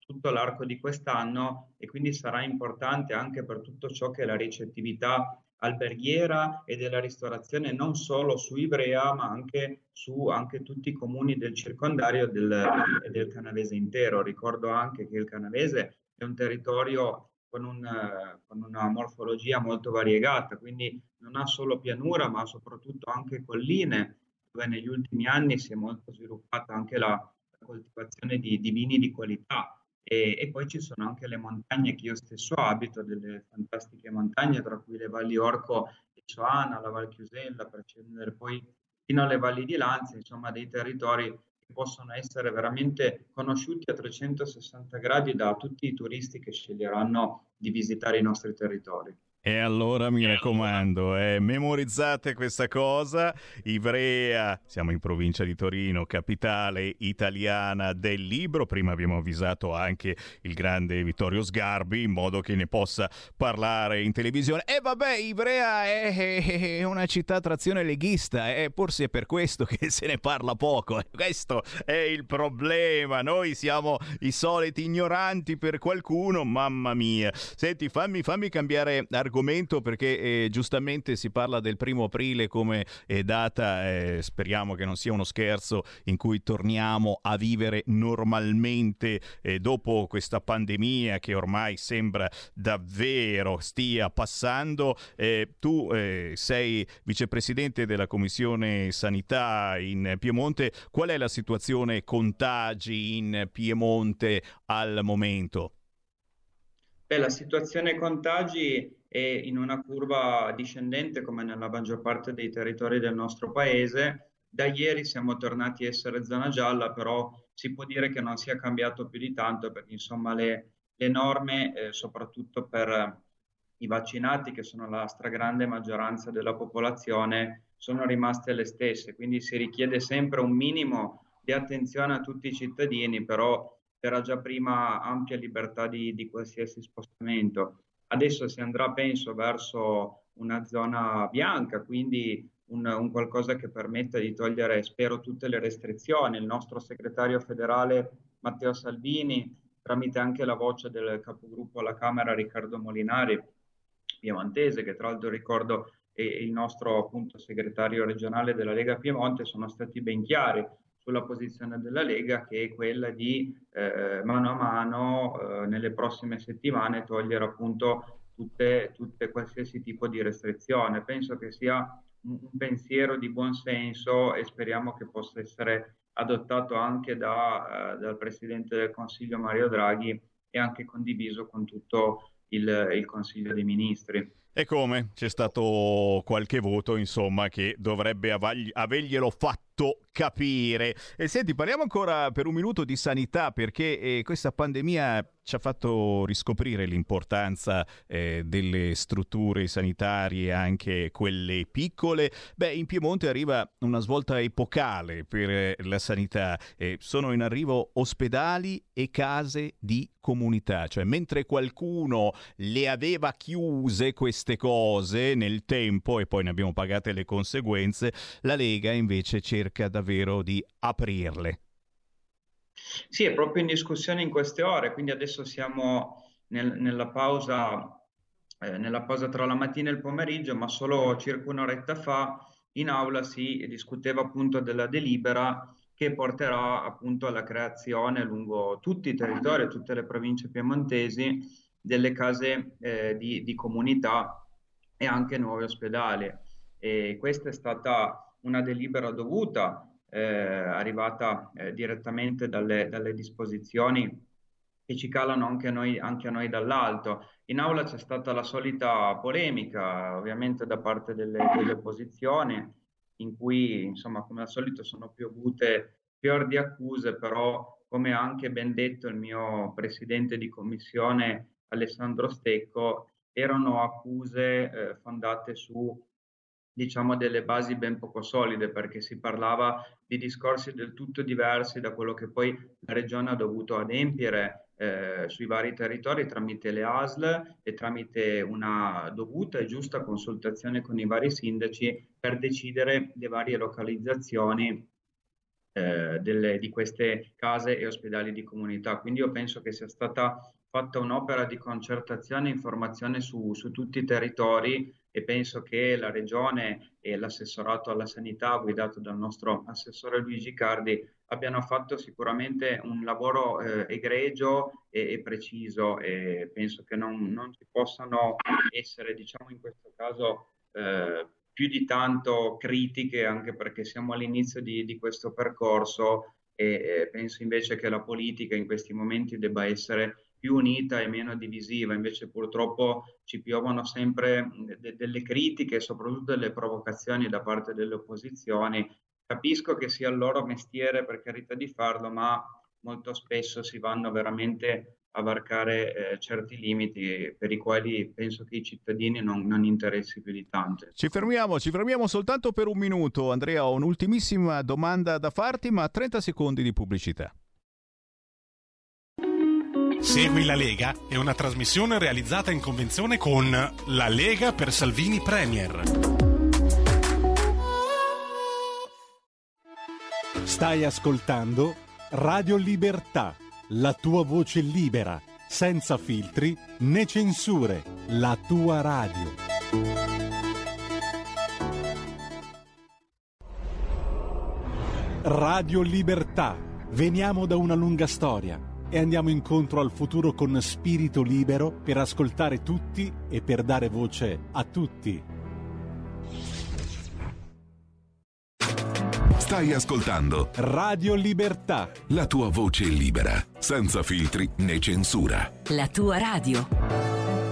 tutto l'arco di quest'anno, e quindi sarà importante anche per tutto ciò che è la ricettività alberghiera e della ristorazione, non solo su Ivrea ma anche su anche tutti i comuni del circondario del, e del Canavese intero. Ricordo anche che il Canavese è un territorio con, un, con una morfologia molto variegata, quindi non ha solo pianura ma soprattutto anche colline, dove negli ultimi anni si è molto sviluppata anche la, la coltivazione di, di vini di qualità. E, e poi ci sono anche le montagne che io stesso abito, delle fantastiche montagne, tra cui le valli Orco e Soana, la Val Chiusella, per scendere poi fino alle valli di Lanza, insomma dei territori che possono essere veramente conosciuti a trecentosessanta gradi da tutti i turisti che sceglieranno di visitare i nostri territori. E allora mi raccomando, eh, memorizzate questa cosa. Ivrea, siamo in provincia di Torino, capitale italiana del libro. Prima abbiamo avvisato anche il grande Vittorio Sgarbi in modo che ne possa parlare in televisione. E vabbè, Ivrea è, è una città a trazione leghista, e eh, forse è per questo che se ne parla poco. Questo è il problema. Noi siamo i soliti ignoranti per qualcuno, mamma mia. Senti, fammi, fammi cambiare argomento. Argomento perché eh, giustamente si parla del primo aprile come eh, data, eh, speriamo che non sia uno scherzo, in cui torniamo a vivere normalmente eh, dopo questa pandemia che ormai sembra davvero stia passando. Eh, tu eh, sei vicepresidente della Commissione Sanità in Piemonte. Qual è la situazione contagi in Piemonte al momento? Beh, la situazione contagi è in una curva discendente come nella maggior parte dei territori del nostro paese. Da ieri siamo tornati a essere zona gialla, però si può dire che non sia cambiato più di tanto, perché insomma le, le norme, eh, soprattutto per i vaccinati, che sono la stragrande maggioranza della popolazione, sono rimaste le stesse. Quindi si richiede sempre un minimo di attenzione a tutti i cittadini, però c'era già prima ampia libertà di, di qualsiasi spostamento. Adesso si andrà, penso, verso una zona bianca, quindi un, un qualcosa che permetta di togliere, spero, tutte le restrizioni. Il nostro segretario federale Matteo Salvini, tramite anche la voce del capogruppo alla Camera Riccardo Molinari, piemontese, che tra l'altro ricordo è il nostro appunto segretario regionale della Lega Piemonte, sono stati ben chiari sulla posizione della Lega, che è quella di eh, mano a mano eh, nelle prossime settimane togliere appunto tutte, tutte qualsiasi tipo di restrizione. Penso che sia un, un pensiero di buon senso e speriamo che possa essere adottato anche da, eh, dal Presidente del Consiglio Mario Draghi e anche condiviso con tutto il, il Consiglio dei Ministri. E come? C'è stato qualche voto, insomma, che dovrebbe avagli- averglielo fatto capire. E senti, parliamo ancora per un minuto di sanità, perché eh, questa pandemia ci ha fatto riscoprire l'importanza eh, delle strutture sanitarie, anche quelle piccole. Beh, in Piemonte arriva una svolta epocale per eh, la sanità. Eh, sono in arrivo ospedali e case di comunità, cioè mentre qualcuno le aveva chiuse queste cose nel tempo e poi ne abbiamo pagate le conseguenze, la Lega invece cerca davvero di aprirle. Sì, è proprio in discussione in queste ore, quindi adesso siamo nel, nella pausa, eh, nella pausa tra la mattina e il pomeriggio, ma solo circa un'oretta fa in aula si discuteva appunto della delibera che porterà appunto alla creazione lungo tutti i territori, tutte le province piemontesi, delle case eh, di, di comunità e anche nuovi ospedali. E questa è stata una delibera dovuta, eh, arrivata eh, direttamente dalle, dalle disposizioni che ci calano anche a noi, anche a noi dall'alto. In aula c'è stata la solita polemica, ovviamente da parte delle, delle opposizioni, in cui, insomma, come al solito sono piovute fior di accuse, però, come ha anche ben detto il mio presidente di commissione Alessandro Stecco, erano accuse eh, fondate su, diciamo, delle basi ben poco solide, perché si parlava di discorsi del tutto diversi da quello che poi la Regione ha dovuto adempiere eh, sui vari territori tramite le A S L e tramite una dovuta e giusta consultazione con i vari sindaci per decidere le varie localizzazioni eh, delle, di queste case e ospedali di comunità. Quindi io penso che sia stata fatta un'opera di concertazione e informazione su, su tutti i territori, e penso che la Regione e l'assessorato alla sanità guidato dal nostro assessore Luigi Cardi abbiano fatto sicuramente un lavoro eh, egregio e, e preciso, e penso che non, non ci possano essere, diciamo in questo caso, eh, più di tanto critiche, anche perché siamo all'inizio di, di questo percorso, e eh, penso invece che la politica in questi momenti debba essere più unita e meno divisiva. Invece purtroppo ci piovono sempre de- delle critiche e soprattutto delle provocazioni da parte delle opposizioni. Capisco che sia il loro mestiere, per carità di farlo, ma molto spesso si vanno veramente a varcare eh, certi limiti per i quali penso che i cittadini non, non interessi più di tanto. Ci fermiamo, ci fermiamo soltanto per un minuto. Andrea, ho un'ultimissima domanda da farti, ma trenta secondi di pubblicità. Segui la Lega è una trasmissione realizzata in convenzione con La Lega per Salvini Premier. Stai ascoltando Radio Libertà, la tua voce libera, senza filtri né censure, la tua radio. Radio Libertà. Veniamo da una lunga storia e andiamo incontro al futuro con spirito libero per ascoltare tutti e per dare voce a tutti. Stai ascoltando Radio Libertà, la tua voce libera, senza filtri né censura. La tua radio.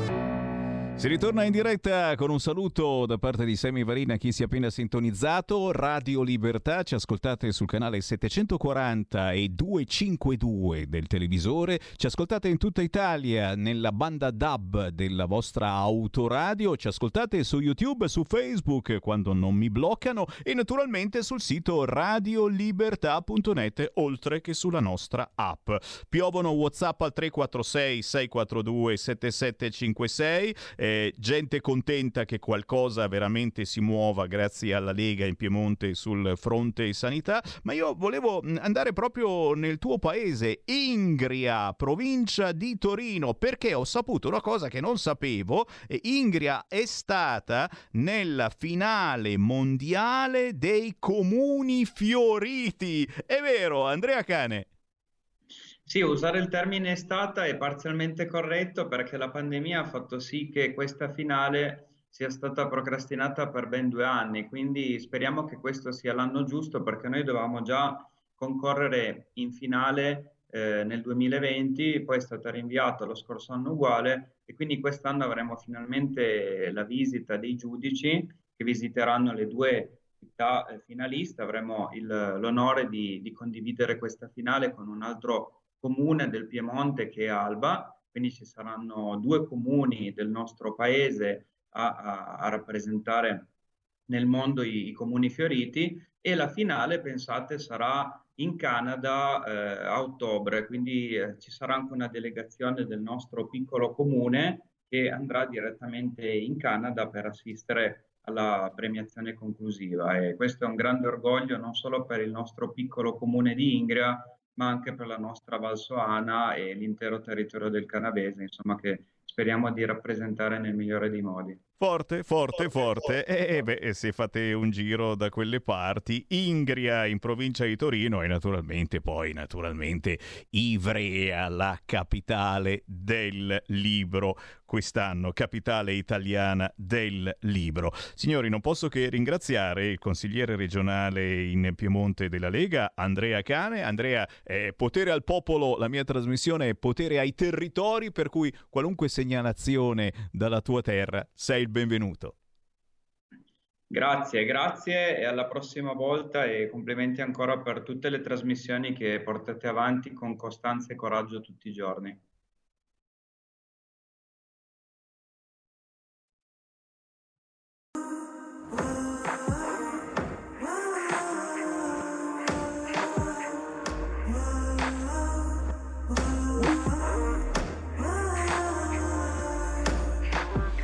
Si ritorna in diretta con un saluto da parte di Sammy Varin a chi si è appena sintonizzato. Radio Libertà, ci ascoltate sul canale settecentoquaranta e duecentocinquantadue del televisore, ci ascoltate in tutta Italia nella banda D A B della vostra autoradio, ci ascoltate su YouTube, su Facebook quando non mi bloccano, e naturalmente sul sito radiolibertà punto net, oltre che sulla nostra app. Piovono WhatsApp al tre quattro sei sei quattro due sette sette cinque sei. Eh, gente contenta che qualcosa veramente si muova grazie alla Lega in Piemonte sul fronte sanità, ma io volevo andare proprio nel tuo paese, Ingria, provincia di Torino, perché ho saputo una cosa che non sapevo. Ingria è stata nella finale mondiale dei comuni fioriti. È vero, Andrea Cane? Sì, usare il termine è stata è parzialmente corretto, perché la pandemia ha fatto sì che questa finale sia stata procrastinata per ben due anni, quindi speriamo che questo sia l'anno giusto, perché noi dovevamo già concorrere in finale eh, nel duemilaventi, poi è stata rinviata lo scorso anno uguale, e quindi quest'anno avremo finalmente la visita dei giudici che visiteranno le due città eh, finaliste. Avremo il, l'onore di, di condividere questa finale con un altro comune del Piemonte che è Alba, quindi ci saranno due comuni del nostro paese a, a, a rappresentare nel mondo i, i comuni fioriti, e la finale, pensate, sarà in Canada eh, a ottobre, quindi eh, ci sarà anche una delegazione del nostro piccolo comune che andrà direttamente in Canada per assistere alla premiazione conclusiva, e questo è un grande orgoglio non solo per il nostro piccolo comune di Ingria, ma anche per la nostra Val Soana e l'intero territorio del Canavese, insomma, che speriamo di rappresentare nel migliore dei modi. Forte, forte, forte. E eh, beh, se fate un giro da quelle parti, Ingria in provincia di Torino, e naturalmente poi, naturalmente, Ivrea, la capitale del libro quest'anno, capitale italiana del libro. Signori, non posso che ringraziare il consigliere regionale in Piemonte della Lega, Andrea Cane. Andrea, eh, potere al popolo, la mia trasmissione è potere ai territori, per cui qualunque segnalazione dalla tua terra sei il benvenuto. Grazie, grazie e alla prossima volta, e complimenti ancora per tutte le trasmissioni che portate avanti con costanza e coraggio tutti i giorni.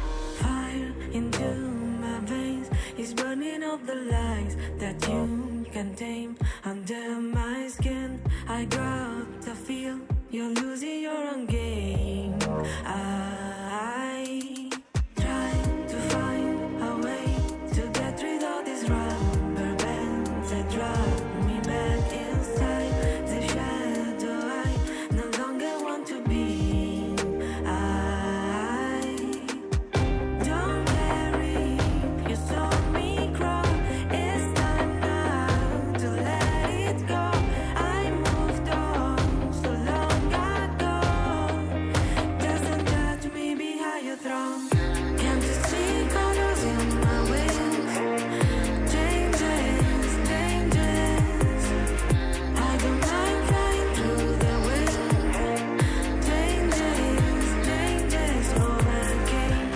The lies that you can tame under my skin. I got to feel you're losing your own game. I try to find a way to get rid of these rubber bands that drag me back inside the shadow I no longer want to be. I don't carry you saw me cry. It's time now to let it go. I moved on so long ago. Doesn't judge me behind your throne. Can't you see colors in my wings? Changes, changes. I don't mind flying through the wind. Changes, changes overcame.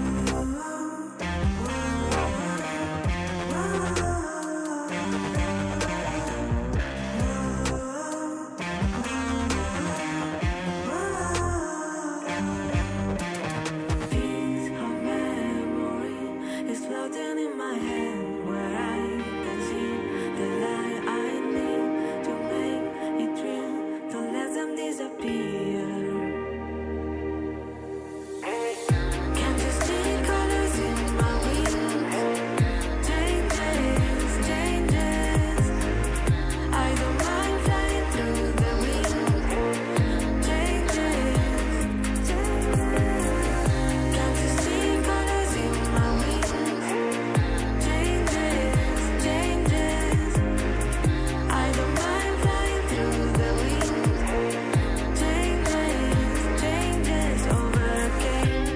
Piece of memory is floating in my head, where I can see the light I need to make it real. Don't let them disappear. Can't you see colors in my wings? Changes, changes. I don't mind flying through the wind. Changes, changes. Can't you see colors in my wings? Changes, changes. I don't mind flying through the wind. Changes, changes overcame.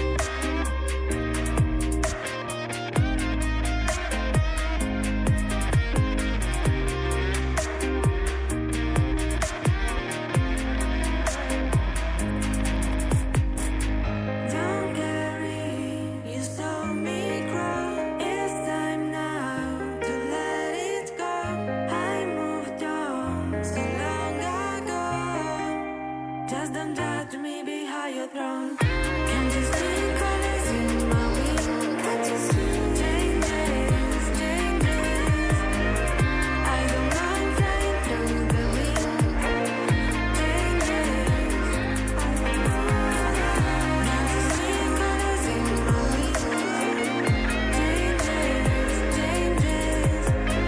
Don't carry you saw me cry. It's time now to let it go. I moved on so long ago. Just don't judge me behind your throne. Can't you see colors in my wings? Can't you see changes, changes? I don't mind flying through the wind. Changes. Can't you see colors in my wings? Changes, changes.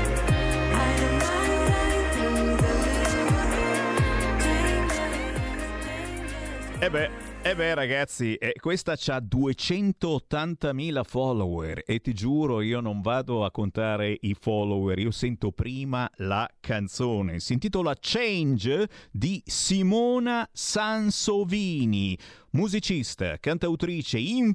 I don't mind flying through the wind. Changes. E beh, e beh ragazzi, eh, questa c'ha duecentottantamila follower e ti giuro io non vado a contare i follower, io sento prima la canzone. Si intitola Change di Simona Sansovini. Musicista, cantautrice,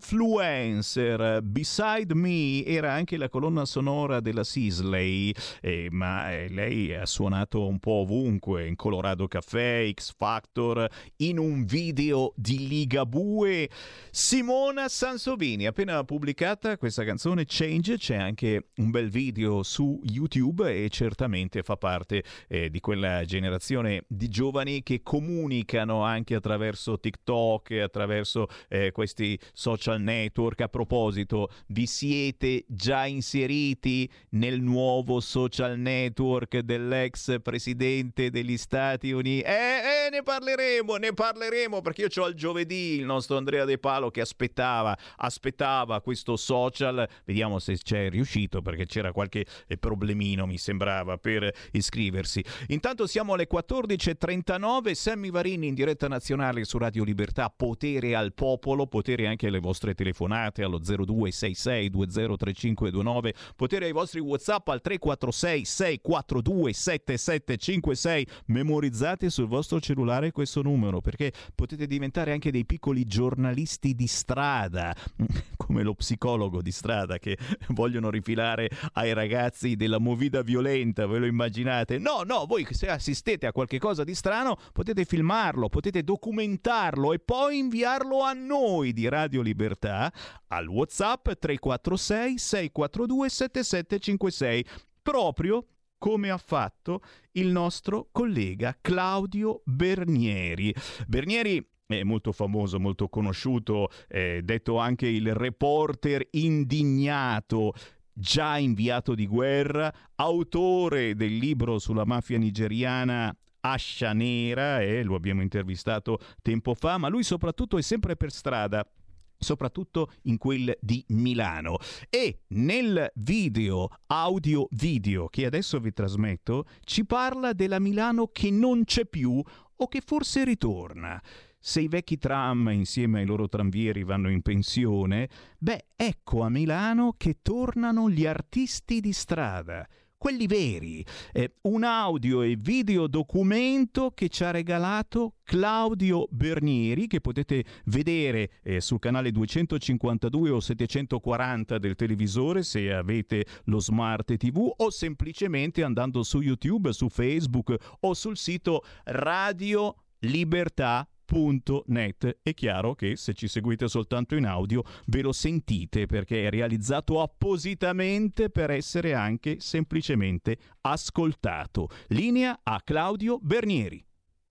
influencer, Beside Me era anche la colonna sonora della Sisley, eh, ma eh, lei ha suonato un po' ovunque, in Colorado Café, X Factor, in un video di Ligabue. Simona Sansovini, appena pubblicata questa canzone Change, c'è anche un bel video su YouTube e certamente fa parte eh, di quella generazione di giovani che comunicano anche attraverso TikTok, attraverso eh, questi social network. A proposito, vi siete già inseriti nel nuovo social network dell'ex presidente degli Stati Uniti? Eh, eh, ne parleremo, ne parleremo perché io c'ho il giovedì il nostro Andrea De Palo che aspettava, aspettava questo social. Vediamo se c'è riuscito perché c'era qualche problemino, mi sembrava, per iscriversi. Intanto siamo alle quattordici e trentanove, Sammy Varini in diretta nazionale su Radio Libertà. Potere al popolo, potere anche alle vostre telefonate allo zero due sei sei due zero tre cinque due nove, potere ai vostri WhatsApp al tre quattro sei sei quattro due sette sette cinque sei. Memorizzate sul vostro cellulare questo numero perché potete diventare anche dei piccoli giornalisti di strada, come lo psicologo di strada che vogliono rifilare ai ragazzi della movida violenta. Ve lo immaginate? No, no, voi se assistete a qualche cosa di strano potete filmarlo, potete documentarlo e poi inviarlo a noi di Radio Libertà al WhatsApp tre quattro sei sei quattro due sette sette cinque sei, proprio come ha fatto il nostro collega Claudio Bernieri. Bernieri è molto famoso, molto conosciuto, eh, detto anche il reporter indignato. già inviato di guerra, autore del libro sulla mafia nigeriana Ascia Nera, e eh, lo abbiamo intervistato tempo fa, ma lui soprattutto è sempre per strada, soprattutto in quel di Milano. E nel video, audio video che adesso vi trasmetto, ci parla della Milano che non c'è più o che forse ritorna. Se i vecchi tram insieme ai loro tranvieri vanno in pensione, beh, ecco a Milano che tornano gli artisti di strada, quelli veri. Eh, un audio e video documento che ci ha regalato Claudio Bernieri, che potete vedere eh, sul canale duecentocinquantadue o settecentoquaranta del televisore se avete lo smart tivù, o semplicemente andando su YouTube, su Facebook o sul sito Radio Libertà punto net. È chiaro che se ci seguite soltanto in audio ve lo sentite, perché è realizzato appositamente per essere anche semplicemente ascoltato. Linea a Claudio Bernieri.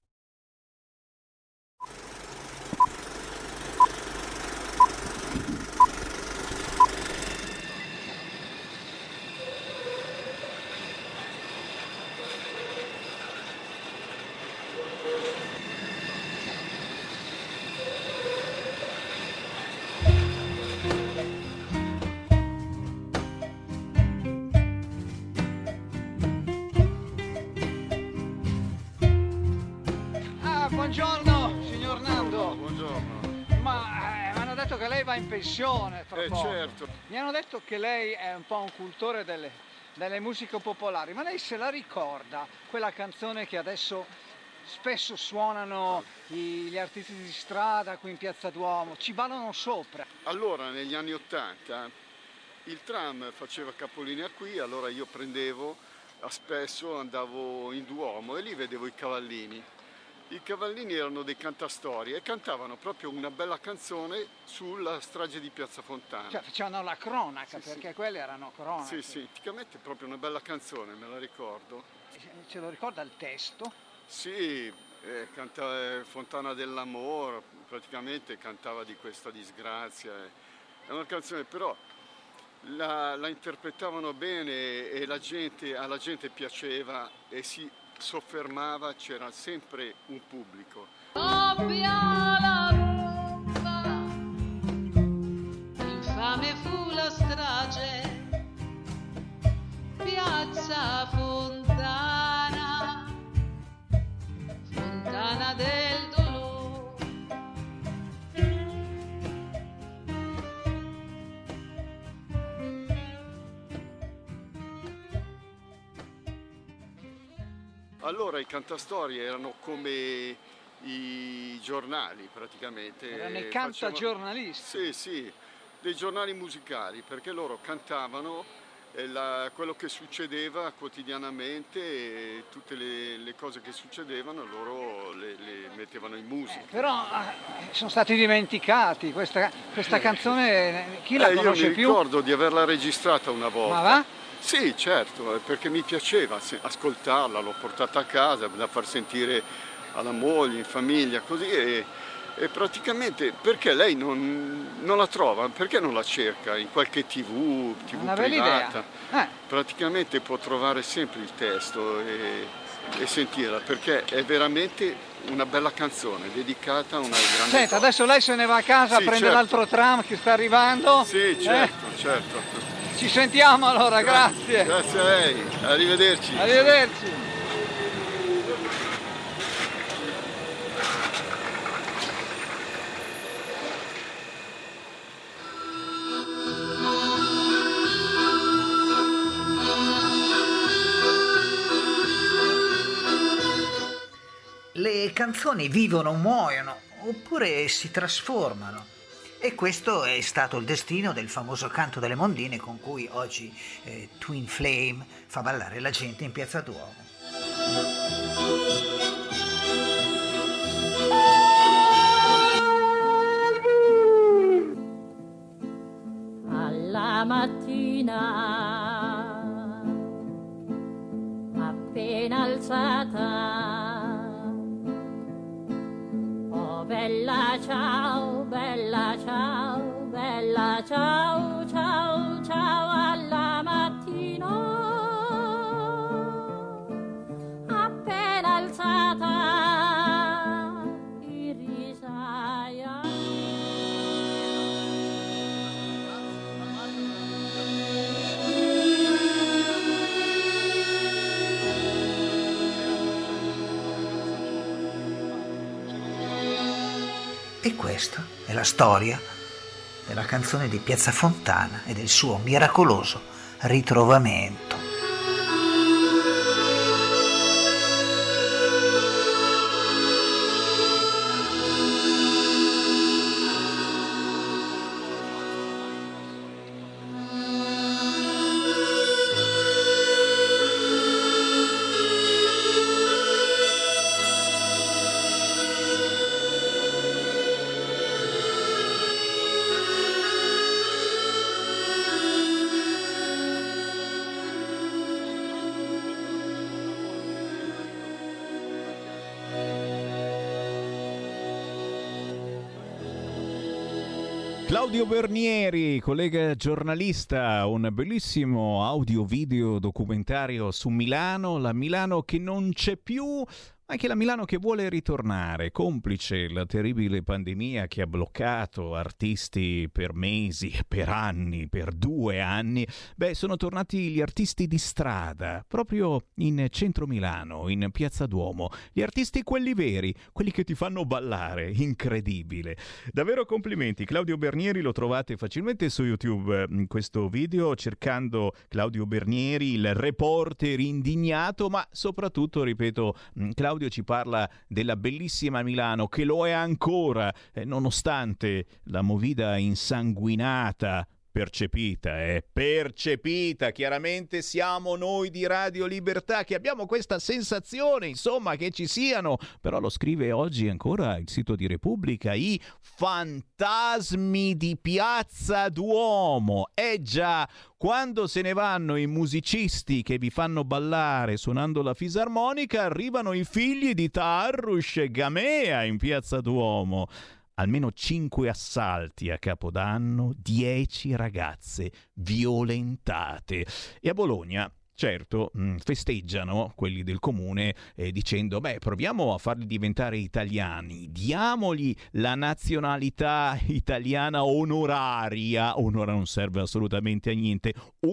Buongiorno, signor Nando. Buongiorno. Ma eh, mi hanno detto che lei va in pensione tra Eh, poco. certo. Mi hanno detto che lei è un po' un cultore delle, delle musiche popolari, ma lei se la ricorda quella canzone che adesso spesso suonano i- gli artisti di strada qui in Piazza Duomo, ci ballano sopra? Allora, negli anni Ottanta il tram faceva capolinea qui, allora io prendevo, a spesso andavo in Duomo e lì vedevo i cavallini. I cavallini erano dei cantastorie e cantavano proprio una bella canzone sulla strage di Piazza Fontana. Cioè facevano la cronaca, Sì, perché sì. quelle erano cronache. Sì, sì, praticamente proprio una bella canzone, me la ricordo. Ce lo ricorda il testo? Sì, eh, canta, eh, Fontana dell'amore, praticamente cantava di questa disgrazia. eh. È una canzone, però la, la interpretavano bene e la gente, alla gente piaceva e si soffermava, c'era sempre un pubblico. Doppia la bomba, infame fu la strage, Piazza Fontana, Fontana del dolore. Allora i cantastorie erano come i giornali praticamente. Erano i Facevano- cantagiornalisti. Sì, sì, dei giornali musicali, perché loro cantavano eh, la- quello che succedeva quotidianamente e tutte le, le cose che succedevano loro le, le mettevano in musica. Però eh, sono stati dimenticati, questa, questa canzone chi la Eh, io conosce mi più? ricordo di averla registrata una volta. Ma va? Sì, certo, eh, perché mi piaceva se- ascoltarla, l'ho portata a casa da far sentire alla moglie, in famiglia, così e, e praticamente perché lei non, non la trova, perché non la cerca in qualche tivù, tivù Una bella privata? idea. Eh. Praticamente può trovare sempre il testo e, e sentirla, perché è veramente una bella canzone dedicata a una grande Senta, donna. adesso lei se ne va a casa, Sì, prende certo. l'altro tram che sta arrivando. Sì, certo, certo. Eh, ci sentiamo allora, grazie. Grazie a lei, arrivederci. Arrivederci. Le canzoni vivono o muoiono, oppure si trasformano. E questo è stato il destino del famoso Canto delle Mondine con cui oggi eh, Twin Flame fa ballare la gente in Piazza Duomo. Alla mattina, appena alzata, oh bella ciao, bella ciao, bella ciao, ciao, ciao alla E questa è la storia della canzone di Piazza Fontana e del suo miracoloso ritrovamento. Claudio Bernieri, collega giornalista, un bellissimo audio-video documentario su Milano, la Milano che non c'è più, anche la Milano che vuole ritornare, complice la terribile pandemia che ha bloccato artisti per mesi, per anni, per due anni. Beh, sono tornati gli artisti di strada, proprio in centro Milano, in Piazza Duomo. Gli artisti quelli veri, quelli che ti fanno ballare, incredibile. Davvero complimenti. Claudio Bernieri lo trovate facilmente su YouTube in questo video, cercando Claudio Bernieri, il reporter indignato, ma soprattutto, ripeto, Claudio Claudio ci parla della bellissima Milano, che lo è ancora, eh, nonostante la movida insanguinata, percepita, eh, percepita, chiaramente siamo noi di Radio Libertà che abbiamo questa sensazione, insomma, che ci siano, però lo scrive oggi ancora il sito di Repubblica, i fantasmi di Piazza Duomo. Eh già, quando se ne vanno i musicisti che vi fanno ballare suonando la fisarmonica, arrivano i figli di Taarrush e Gamea in Piazza Duomo. Almeno cinque assalti a Capodanno, dieci ragazze violentate. E a Bologna, certo, mh, festeggiano quelli del comune eh, dicendo, beh, proviamo a farli diventare italiani, diamogli la nazionalità italiana onoraria. Onora non serve assolutamente a niente.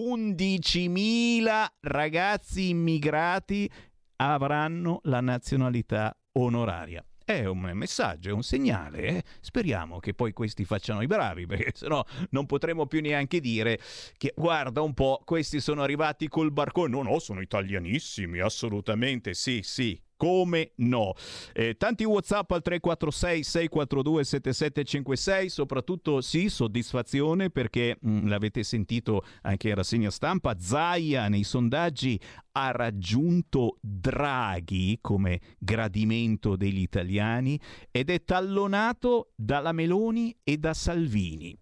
undicimila ragazzi immigrati avranno la nazionalità onoraria. È un messaggio, è un segnale, eh? Speriamo che poi questi facciano i bravi, perché sennò non potremo più neanche dire che, guarda un po', questi sono arrivati col barcone. No, no, sono italianissimi, assolutamente, sì, sì. Come no? Eh, tanti WhatsApp al tre quattro sei sei quattro due sette sette cinque sei, soprattutto sì, soddisfazione perché mh, l'avete sentito anche in rassegna stampa, Zaia nei sondaggi ha raggiunto Draghi come gradimento degli italiani ed è tallonato dalla Meloni e da Salvini.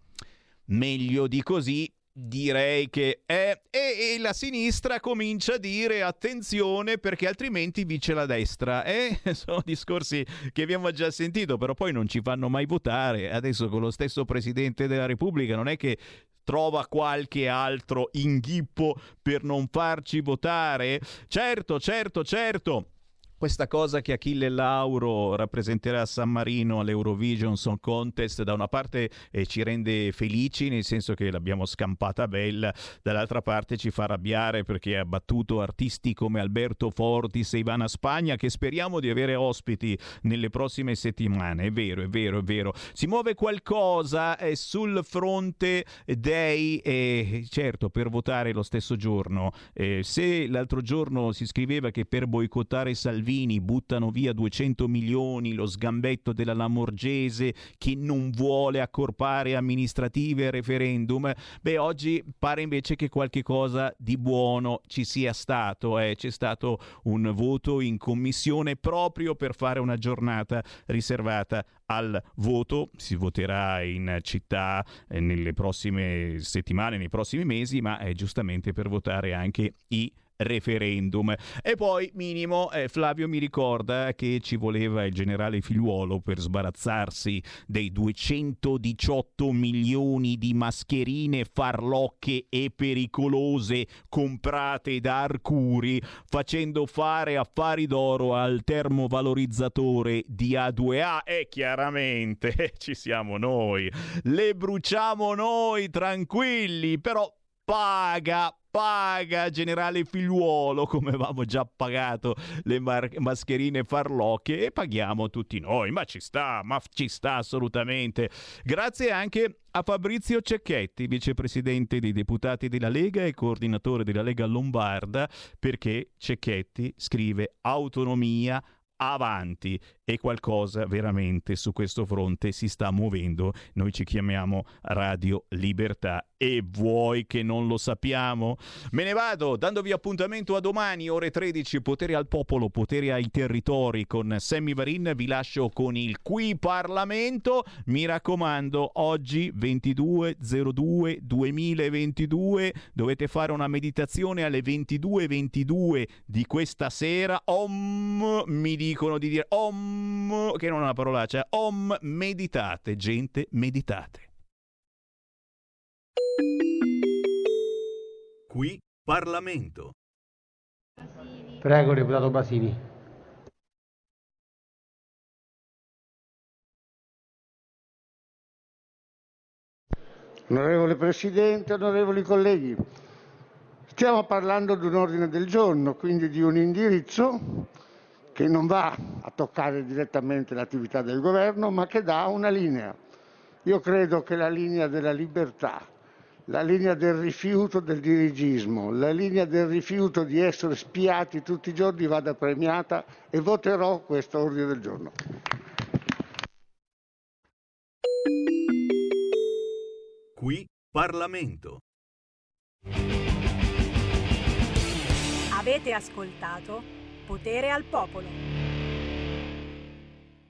Meglio di così. Direi che è e, e la sinistra comincia a dire attenzione perché altrimenti vince la destra. Eh? Sono discorsi che abbiamo già sentito, però poi non ci fanno mai votare. Adesso con lo stesso Presidente della Repubblica non è che trova qualche altro inghippo per non farci votare. Certo, certo, certo. Questa cosa che Achille Lauro rappresenterà San Marino all'Eurovision Song Contest da una parte eh, ci rende felici, nel senso che l'abbiamo scampata bella, dall'altra parte ci fa arrabbiare perché ha battuto artisti come Alberto Fortis e Ivana Spagna, che speriamo di avere ospiti nelle prossime settimane. È vero, è vero, è vero. Si muove qualcosa eh, sul fronte dei... Eh, certo, per votare lo stesso giorno. Eh, se l'altro giorno si scriveva che per boicottare Salvini buttano via duecento milioni, lo sgambetto della Lamorgese che non vuole accorpare amministrative e referendum, beh, oggi pare invece che qualche cosa di buono ci sia stato. Eh. C'è stato un voto in commissione proprio per fare una giornata riservata al voto. Si voterà in città eh, nelle prossime settimane, nei prossimi mesi, ma è giustamente per votare anche i referendum. E poi minimo eh, Flavio mi ricorda che ci voleva il generale Figliuolo per sbarazzarsi dei duecentodiciotto milioni di mascherine farlocche e pericolose comprate da Arcuri, facendo fare affari d'oro al termovalorizzatore di A due A. E chiaramente ci siamo noi, le bruciamo noi, tranquilli, però paga paga generale Figliuolo, come avevamo già pagato le mar- mascherine farlocche, e paghiamo tutti noi. Ma ci sta, ma ci sta assolutamente. Grazie anche a Fabrizio Cecchetti, vicepresidente dei deputati della Lega e coordinatore della Lega Lombarda, perché Cecchetti scrive autonomia avanti, e qualcosa veramente su questo fronte si sta muovendo. Noi ci chiamiamo Radio Libertà, e vuoi che non lo sappiamo? Me ne vado dandovi appuntamento a domani ore tredici, potere al popolo, potere ai territori con Sammy Varin. Vi lascio con il Qui Parlamento. Mi raccomando, oggi ventidue zero due duemilaventidue dovete fare una meditazione alle ventidue e ventidue di questa sera. Om, mi dicono di dire om, che non è una parolaccia. Om, meditate, gente, meditate. Qui Parlamento. Prego, deputato Basini. Onorevole Presidente, onorevoli colleghi, stiamo parlando di un ordine del giorno, quindi di un indirizzo che non va a toccare direttamente l'attività del governo, ma che dà una linea. Io credo che la linea della libertà, la linea del rifiuto del dirigismo, la linea del rifiuto di essere spiati tutti i giorni vada premiata, e voterò questo ordine del giorno. Qui Parlamento. Avete ascoltato Potere al Popolo.